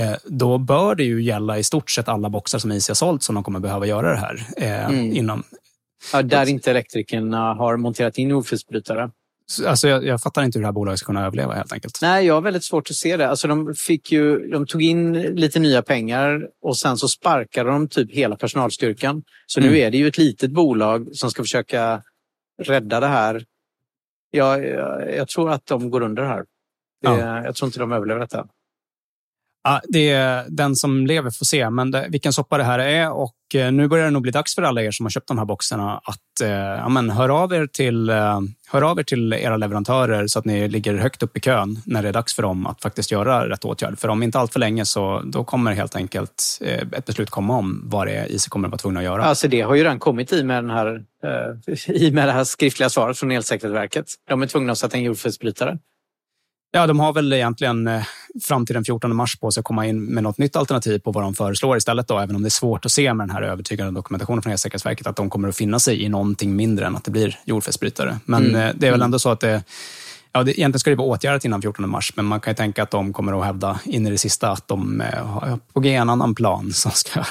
då bör det ju gälla i stort sett alla boxar som IC har sålt som de kommer behöva göra det här inom. Ja, där inte elektrikerna har monterat in jordfelsbrytare. Alltså jag fattar inte hur det här bolaget ska kunna överleva helt enkelt. Nej, jag har väldigt svårt att se det. Alltså de tog in lite nya pengar och sen så sparkade de typ hela personalstyrkan. Så nu är det ju ett litet bolag som ska försöka rädda det här. Jag tror att de går under här. Jag tror inte de överlever detta. Ja, det är den som lever får se, men vilken soppa det här är, och nu börjar det nog bli dags för alla er som har köpt de här boxarna att hör av er till era leverantörer så att ni ligger högt upp i kön när det är dags för dem att faktiskt göra rätt åtgärd. För om inte allt för länge så då kommer helt enkelt ett beslut komma om vad det är IC kommer att vara tvungna att göra. Alltså det har ju redan kommit i med det här skriftliga svaret från Elsäkerhetsverket. De är tvungna att sätta en jordfelsbrytare. Ja, de har väl egentligen fram till den 14 mars på sig att komma in med något nytt alternativ på vad de föreslår istället då, även om det är svårt att se med den här övertygande dokumentationen från Elsäkerhetsverket att de kommer att finna sig i någonting mindre än att det blir jordfelsbrytare. Men det är väl ändå så att egentligen ska det vara åtgärdat innan 14 mars, men man kan ju tänka att de kommer att hävda in i det sista att de har på G en annan plan som ska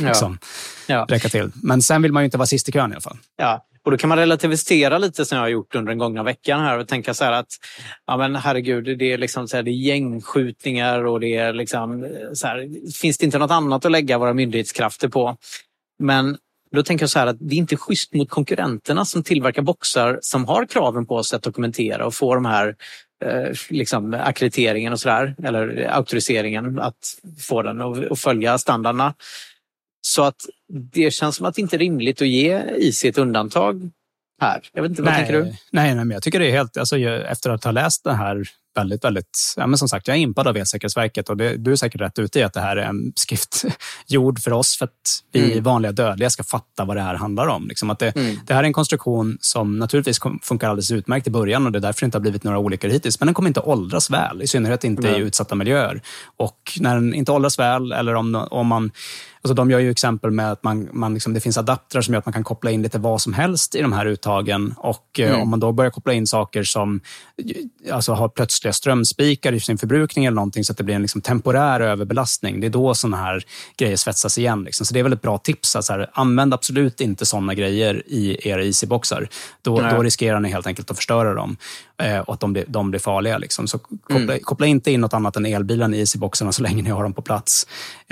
räcka till. Men sen vill man ju inte vara sist i kön i alla fall. Ja. Och då kan man relativisera lite som jag har gjort under den gångna veckan här och tänka så här att ja men herregud, det är liksom så här, det är gängskjutningar och det är liksom så här, finns det inte något annat att lägga våra myndighetskrafter på? Men då tänker jag så här att det är inte schysst mot konkurrenterna som tillverkar boxar som har kraven på sig att dokumentera och få de här liksom akkrediteringen och sådär, eller auktoriseringen att få den och följa standarderna. Så att det känns som att det inte är rimligt att ge IC ett undantag här. Jag vet inte, vad tänker du? Nej, men jag tycker det är helt, alltså efter att ha läst det här väldigt, ja men som sagt, jag är impad av Elsäkerhetsverket och du är säkert rätt ute i att det här är en skrift gjord för oss för att vi vanliga dödliga ska fatta vad det här handlar om. Liksom att det här är en konstruktion som naturligtvis funkar alldeles utmärkt i början och det är därför det inte har blivit några olyckor hittills, men den kommer inte åldras väl, i synnerhet inte i utsatta miljöer. Och när den inte åldras väl, eller om man alltså de gör ju exempel med att man liksom, det finns adaptrar som gör att man kan koppla in lite vad som helst i de här uttagen och om man då börjar koppla in saker som alltså har plötsliga strömspikar i sin förbrukning eller någonting så att det blir en liksom temporär överbelastning, det är då sådana här grejer svetsas igen. Liksom. Så det är väl ett bra tips att så här, använd absolut inte sådana grejer i era IC-boxar. Då riskerar ni helt enkelt att förstöra dem och att de blir farliga. Liksom. Så koppla inte in något annat än elbilen i IC-boxarna så länge ni har dem på plats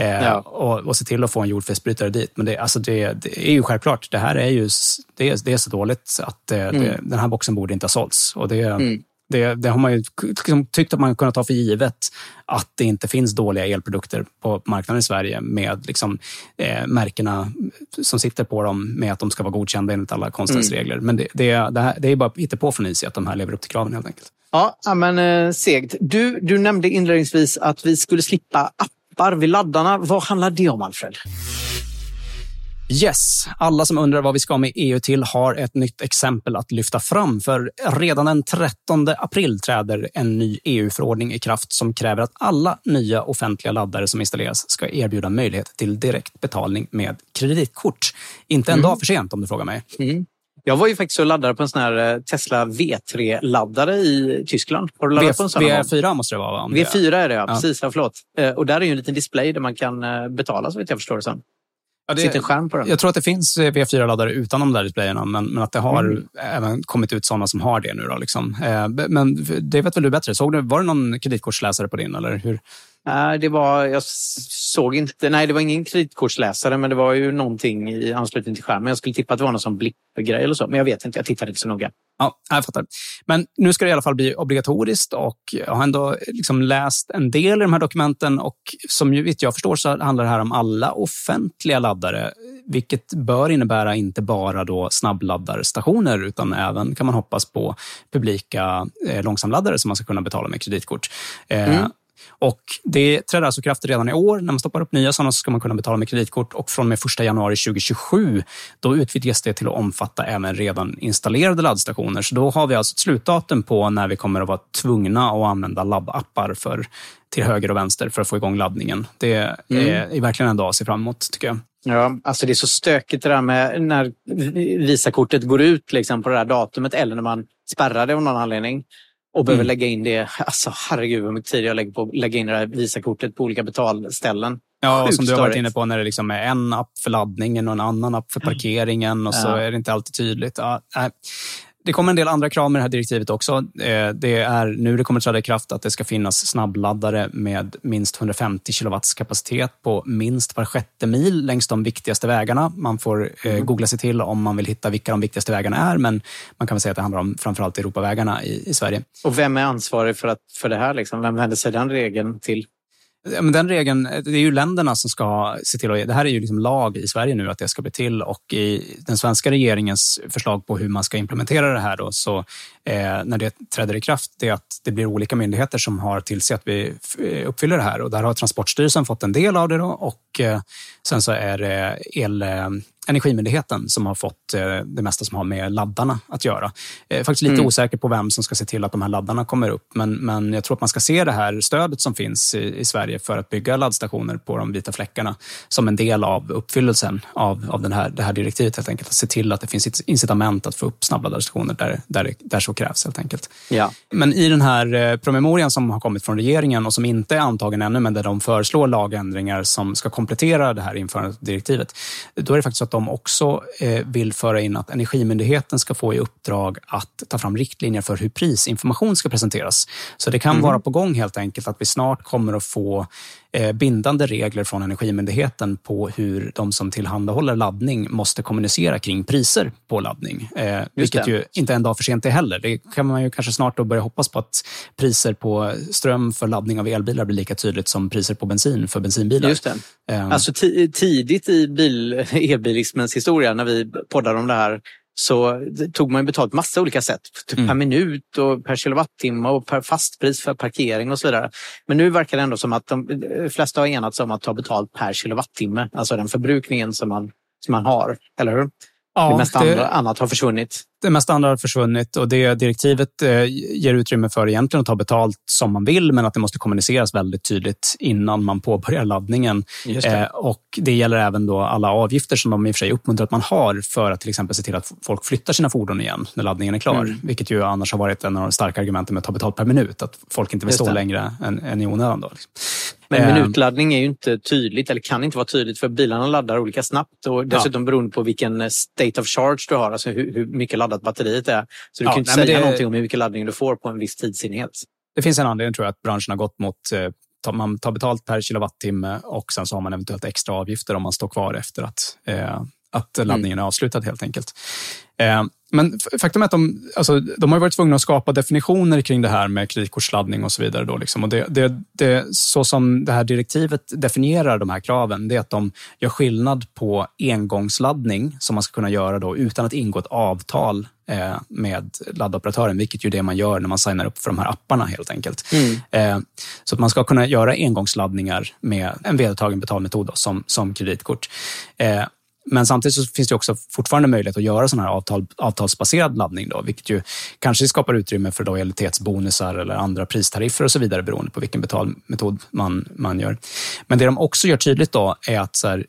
och se till att få en jordfelsbrytare dit. Men det är ju självklart, det här är ju det är så dåligt att den här boxen borde inte ha sålts. Och det har man ju liksom tyckt att man kunnat ta för givet att det inte finns dåliga elprodukter på marknaden i Sverige med liksom, märkena som sitter på dem med att de ska vara godkända enligt alla konstens regler. Men det är bara hitta på från IC att de här lever upp till kraven helt enkelt. Ja, men segt. Du nämnde inledningsvis att vi skulle slippa appar vid laddarna. Vad handlar det om, Alfred? Yes, alla som undrar vad vi ska med EU till har ett nytt exempel att lyfta fram. För redan den 13 april träder en ny EU-förordning i kraft som kräver att alla nya offentliga laddare som installeras ska erbjuda möjlighet till direkt betalning med kreditkort. Inte en dag för sent om du frågar mig. Jag var ju faktiskt och laddade på en sån här Tesla V3-laddare i Tyskland. Har du laddat på en sån här? V4 måste det vara. V4 är det, ja. Precis. Ja, förlåt. Och där är ju en liten display där man kan betala, så vet jag förstår det sen. Ja, det sitter en skärm på den. Jag tror att det finns V4-laddare utan de där displayerna, men att det har även kommit ut sådana som har det nu då, liksom. Men det vet väl du bättre. Var det någon kreditkortsläsare på din, eller hur? Nej, jag såg inte. Nej, det var ingen kreditkortsläsare, men det var ju någonting i anslutning till skärmen. Jag skulle tippa att det var någon som blippgrej eller så, men jag vet inte. Jag tittade inte så noga. Ja, jag fattar. Men nu ska det i alla fall bli obligatoriskt och jag har ändå liksom läst en del i de här dokumenten och som ju vet jag förstår så handlar det här om alla offentliga laddare, vilket bör innebära inte bara då snabbladdarstationer utan även kan man hoppas på publika långsamladdare som man ska kunna betala med kreditkort. Och det träder alltså kraft redan i år. När man stoppar upp nya sådana så ska man kunna betala med kreditkort och från och med 1 januari 2027 då utvidgas det till att omfatta även redan installerade laddstationer. Så då har vi alltså ett slutdatum på när vi kommer att vara tvungna att använda laddappar till höger och vänster för att få igång laddningen. Det är verkligen en dag att se fram emot, tycker jag. Ja, alltså det är så stökigt det där med när Visakortet går ut liksom på det här datumet eller när man spärrar det av någon anledning. Och behöver lägga in det, alltså herregud vad mycket tid jag lägger på att lägga in det här Visakortet på olika betalställen. Ja, och som du har varit inne på när det liksom är en app för laddningen och en annan app för parkeringen och så är det inte alltid tydligt. Ja, det kommer en del andra krav med det här direktivet också. Det är nu det kommer att träda i kraft att det ska finnas snabbladdare med minst 150 kilowatts kapacitet på minst var 6:e mil längs de viktigaste vägarna. Man får googla sig till om man vill hitta vilka de viktigaste vägarna är, men man kan väl säga att det handlar om framförallt Europavägarna i Sverige. Och vem är ansvarig för det här? Liksom? Vem vänder sig den regeln till? Ja, men den regeln, det är ju länderna som ska se till att, det här är ju liksom lag i Sverige nu att det ska bli till och i den svenska regeringens förslag på hur man ska implementera det här då, så när det träder i kraft det är att det blir olika myndigheter som har tillsett att vi uppfyller det här och där har Transportstyrelsen fått en del av det då och sen så är det Energimyndigheten som har fått det mesta som har med laddarna att göra. Jag är faktiskt lite osäker på vem som ska se till att de här laddarna kommer upp. Men jag tror att man ska se det här stödet som finns i Sverige för att bygga laddstationer på de vita fläckarna som en del av uppfyllelsen av det här direktivet helt enkelt. Att se till att det finns incitament att få upp snabbladdarstationer där så krävs helt enkelt. Ja. Men i den här promemorian som har kommit från regeringen och som inte är antagen ännu, men där de föreslår lagändringar som ska komplettera det här införandet av direktivet, då är det faktiskt att de också vill föra in att Energimyndigheten ska få i uppdrag att ta fram riktlinjer för hur prisinformation ska presenteras. Så det kan vara på gång helt enkelt att vi snart kommer att få bindande regler från Energimyndigheten på hur de som tillhandahåller laddning måste kommunicera kring priser på laddning. Vilket ju inte en dag för sent är heller. Det kan man ju kanske snart då börja hoppas på att priser på ström för laddning av elbilar blir lika tydligt som priser på bensin för bensinbilar. Just det. Alltså tidigt i elbilismens historia när vi poddade om det här så tog man betalt massa olika sätt. Per minut och per kilowattimme och per fastpris för parkering och så vidare. Men nu verkar det ändå som att de flesta har enats om att ta betalt per kilowattimme. Alltså den förbrukningen som man har, eller hur? Ja, det mesta annat har försvunnit. Det mesta andra har försvunnit och det direktivet ger utrymme för egentligen att ta betalt som man vill, men att det måste kommuniceras väldigt tydligt innan man påbörjar laddningen. Och det gäller även då alla avgifter som de i och för sig uppmuntrar att man har för att till exempel se till att folk flyttar sina fordon igen när laddningen är klar. Vilket ju annars har varit en av de starka argumenten med att ta betalt per minut, att folk inte vill stå längre än i onödan då. Liksom. Men minutladdning är ju inte tydligt, eller kan inte vara tydligt, för bilarna laddar olika snabbt och dessutom beroende på vilken state of charge du har, alltså hur mycket laddat batteriet är. Så du kan inte säga någonting om hur mycket laddning du får på en viss tidsenhet. Det finns en anledning, tror jag, att branschen har gått mot man tar betalt per kilowattimme och sen så har man eventuellt extra avgifter om man står kvar efter att laddningen är avslutad helt enkelt. Men faktum är att de har varit tvungna att skapa definitioner kring det här med kreditkortsladdning och så vidare. Då liksom. Och det, så som det här direktivet definierar de här kraven, det är att de gör skillnad på engångsladdning som man ska kunna göra då utan att ingå ett avtal med laddoperatören, vilket ju är det man gör när man signar upp för de här apparna helt enkelt. Så att man ska kunna göra engångsladdningar med en vedertagen betalmetod då, som kreditkort. Men samtidigt så finns det också fortfarande möjlighet att göra sån här avtalsbaserad laddning då, vilket ju kanske skapar utrymme för lojalitetsbonusar eller andra pristariffer och så vidare beroende på vilken betalmetod man gör. Men det de också gör tydligt då är att så här,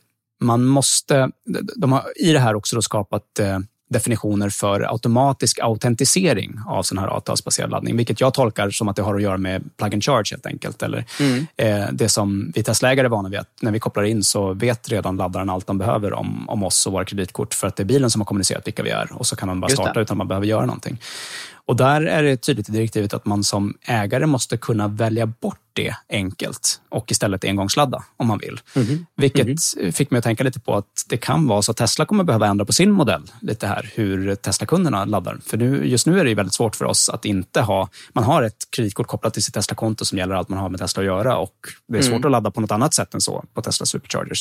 de har i det här också då skapat definitioner för automatisk autentisering av sån här avtalsbaserad laddning, vilket jag tolkar som att det har att göra med plug and charge helt enkelt. Eller det som vi Tesla-ägare är vana vid, att när vi kopplar in så vet redan laddaren allt de behöver om oss och våra kreditkort, för att det är bilen som har kommunicerat vilka vi är, och så kan man bara starta utan man behöver göra någonting. Och där är det tydligt i direktivet att man som ägare måste kunna välja bort det enkelt och istället engångsladda om man vill. Vilket fick mig att tänka lite på att det kan vara så att Tesla kommer behöva ändra på sin modell lite här, hur Tesla-kunderna laddar. För just nu är det ju väldigt svårt för oss att inte man har ett kreditkort kopplat till sitt Tesla-konto som gäller allt man har med Tesla att göra, och det är svårt att ladda på något annat sätt än så på Tesla Superchargers.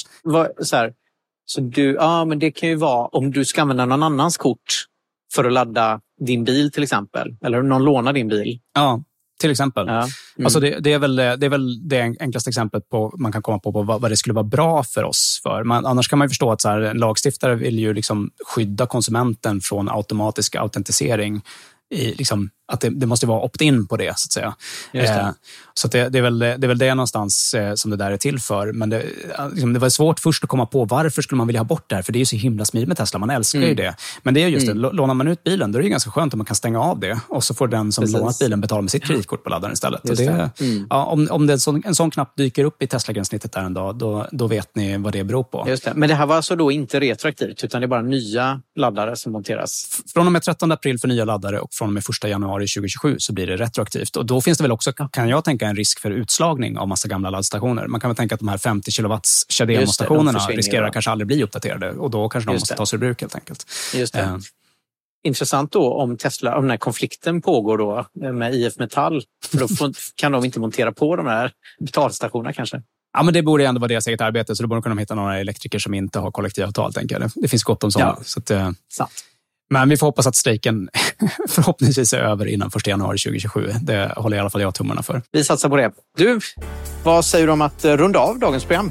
Men det kan ju vara om du ska använda någon annans kort för att ladda din bil till exempel, eller någon lånar din bil. Ja, till exempel. Ja. Alltså det är väl det enklaste exemplet på man kan komma på vad det skulle vara bra för oss för. Annars kan man ju förstå att så här, en lagstiftare vill ju liksom skydda konsumenten från automatisk autentisering. Att det måste vara opt-in på det, så att säga. Så att det är väl det någonstans som det där är till för. Men det var svårt först att komma på varför skulle man vilja ha bort det här, för det är ju så himla smidigt med Tesla, man älskar ju det. Men det är just det, lånar man ut bilen, då är det ganska skönt om man kan stänga av det och så får den som lånat bilen betala med sitt kreditkort på laddaren istället. Om det en sån knapp dyker upp i Tesla-gränssnittet där en dag, då vet ni vad det beror på. Just det. Men det här var alltså då inte retroaktivt, utan det är bara nya laddare som monteras? Från och med 13 april för nya laddare och från och med 1 januari 2027 så blir det retroaktivt. Och då finns det väl också, kan jag tänka, en risk för utslagning av massa gamla laddstationer. Man kan väl tänka att de här 50 kilowatts CHAdeMO-stationerna riskerar kanske aldrig bli uppdaterade, och då kanske de måste tas ur bruk helt enkelt. Just det. Intressant då om Tesla, om den här konflikten pågår då med IF Metall, för då kan de inte montera på de här betalstationerna kanske. Ja, men det borde ändå vara deras eget arbete, så då borde de kunna hitta några elektriker som inte har kollektivavtal, tänker jag. Det finns gott om sådana. Ja, sant. Men vi får hoppas att strejken förhoppningsvis är över innan 1 januari 2027. Det håller i alla fall jag tummarna för. Vi satsar på det. Du, vad säger du om att runda av dagens program?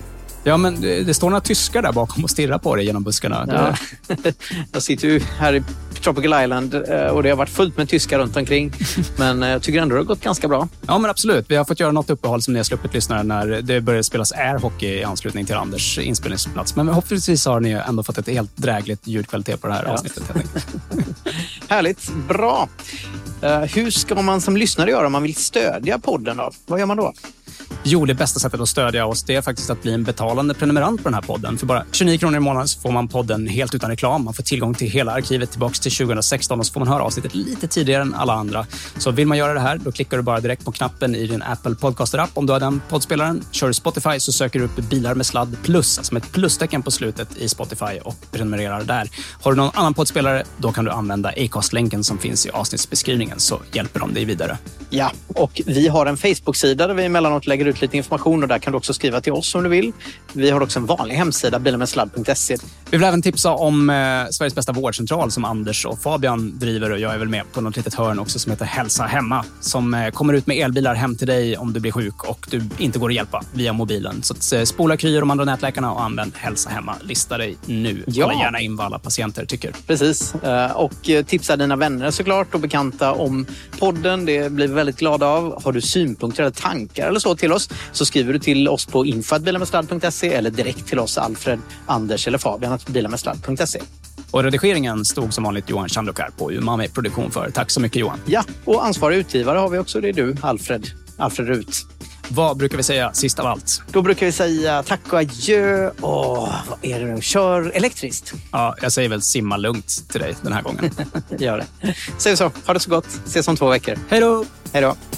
Ja, men det står några tyskar där bakom och stirrar på dig genom buskarna. Ja. Jag sitter ju här i Tropical Island och det har varit fullt med tyskar runt omkring. Men jag tycker ändå det har gått ganska bra. Ja, men absolut. Vi har fått göra något uppehåll som ni har sluppit lyssnare när det började spelas airhockey i anslutning till Anders inspelningsplats. Men hoppningsvis har ni ändå fått ett helt drägligt ljudkvalitet på det här avsnittet. Härligt, bra. Hur ska man som lyssnare göra om man vill stödja podden då? Vad gör man då? Jo, det bästa sättet att stödja oss det är faktiskt att bli en betalande prenumerant på den här podden. För bara 29 kronor i månaden så får man podden helt utan reklam. Man får tillgång till hela arkivet tillbaka till 2016 och så får man höra avsnittet lite tidigare än alla andra. Så vill man göra det här, då klickar du bara direkt på knappen i din Apple Podcaster-app. Om du har den poddspelaren, kör du Spotify så söker du upp bilar med sladd plus, alltså med ett plustecken på slutet i Spotify och prenumererar där. Har du någon annan poddspelare, då kan du använda Acast-länken som finns i avsnittsbeskrivningen så hjälper de dig vidare. Ja, och vi har en Facebook-sida där vi emellanåt lägger ut lite information och där kan du också skriva till oss om du vill. Vi har också en vanlig hemsida, bilarmedsladd.se. Vi vill även tipsa om Sveriges bästa vårdcentral som Anders och Fabian driver och jag är väl med på något litet hörn också som heter Hälsa Hemma som kommer ut med elbilar hem till dig om du blir sjuk och du inte går att hjälpa via mobilen. Så att, spola Kry och de andra nätläkarna och använd Hälsa Hemma. Lista dig nu. Kolla gärna in vad alla patienter tycker. Precis. Och tipsa dina vänner såklart och bekanta om podden. Det blir vi väldigt glada av. Har du synpunkter eller tankar eller så till oss så skriver du till oss på info@bilarmedsladd.se eller direkt till oss Alfred, Anders eller Fabian @bilarmedsladd.se. Och redigeringen stod som vanligt Johan Chandokar på Umami Produktion för. Tack så mycket Johan. Ja, och ansvarig utgivare har vi också. Det är du, Alfred Rut. Vad brukar vi säga sist av allt? Då brukar vi säga tack och adjö. Vad är det nu? Kör elektriskt. Ja, jag säger väl simma lugnt till dig den här gången. Gör det. Säg så. Ha det så gott. Ses om 2 veckor. Hej då! Hej då.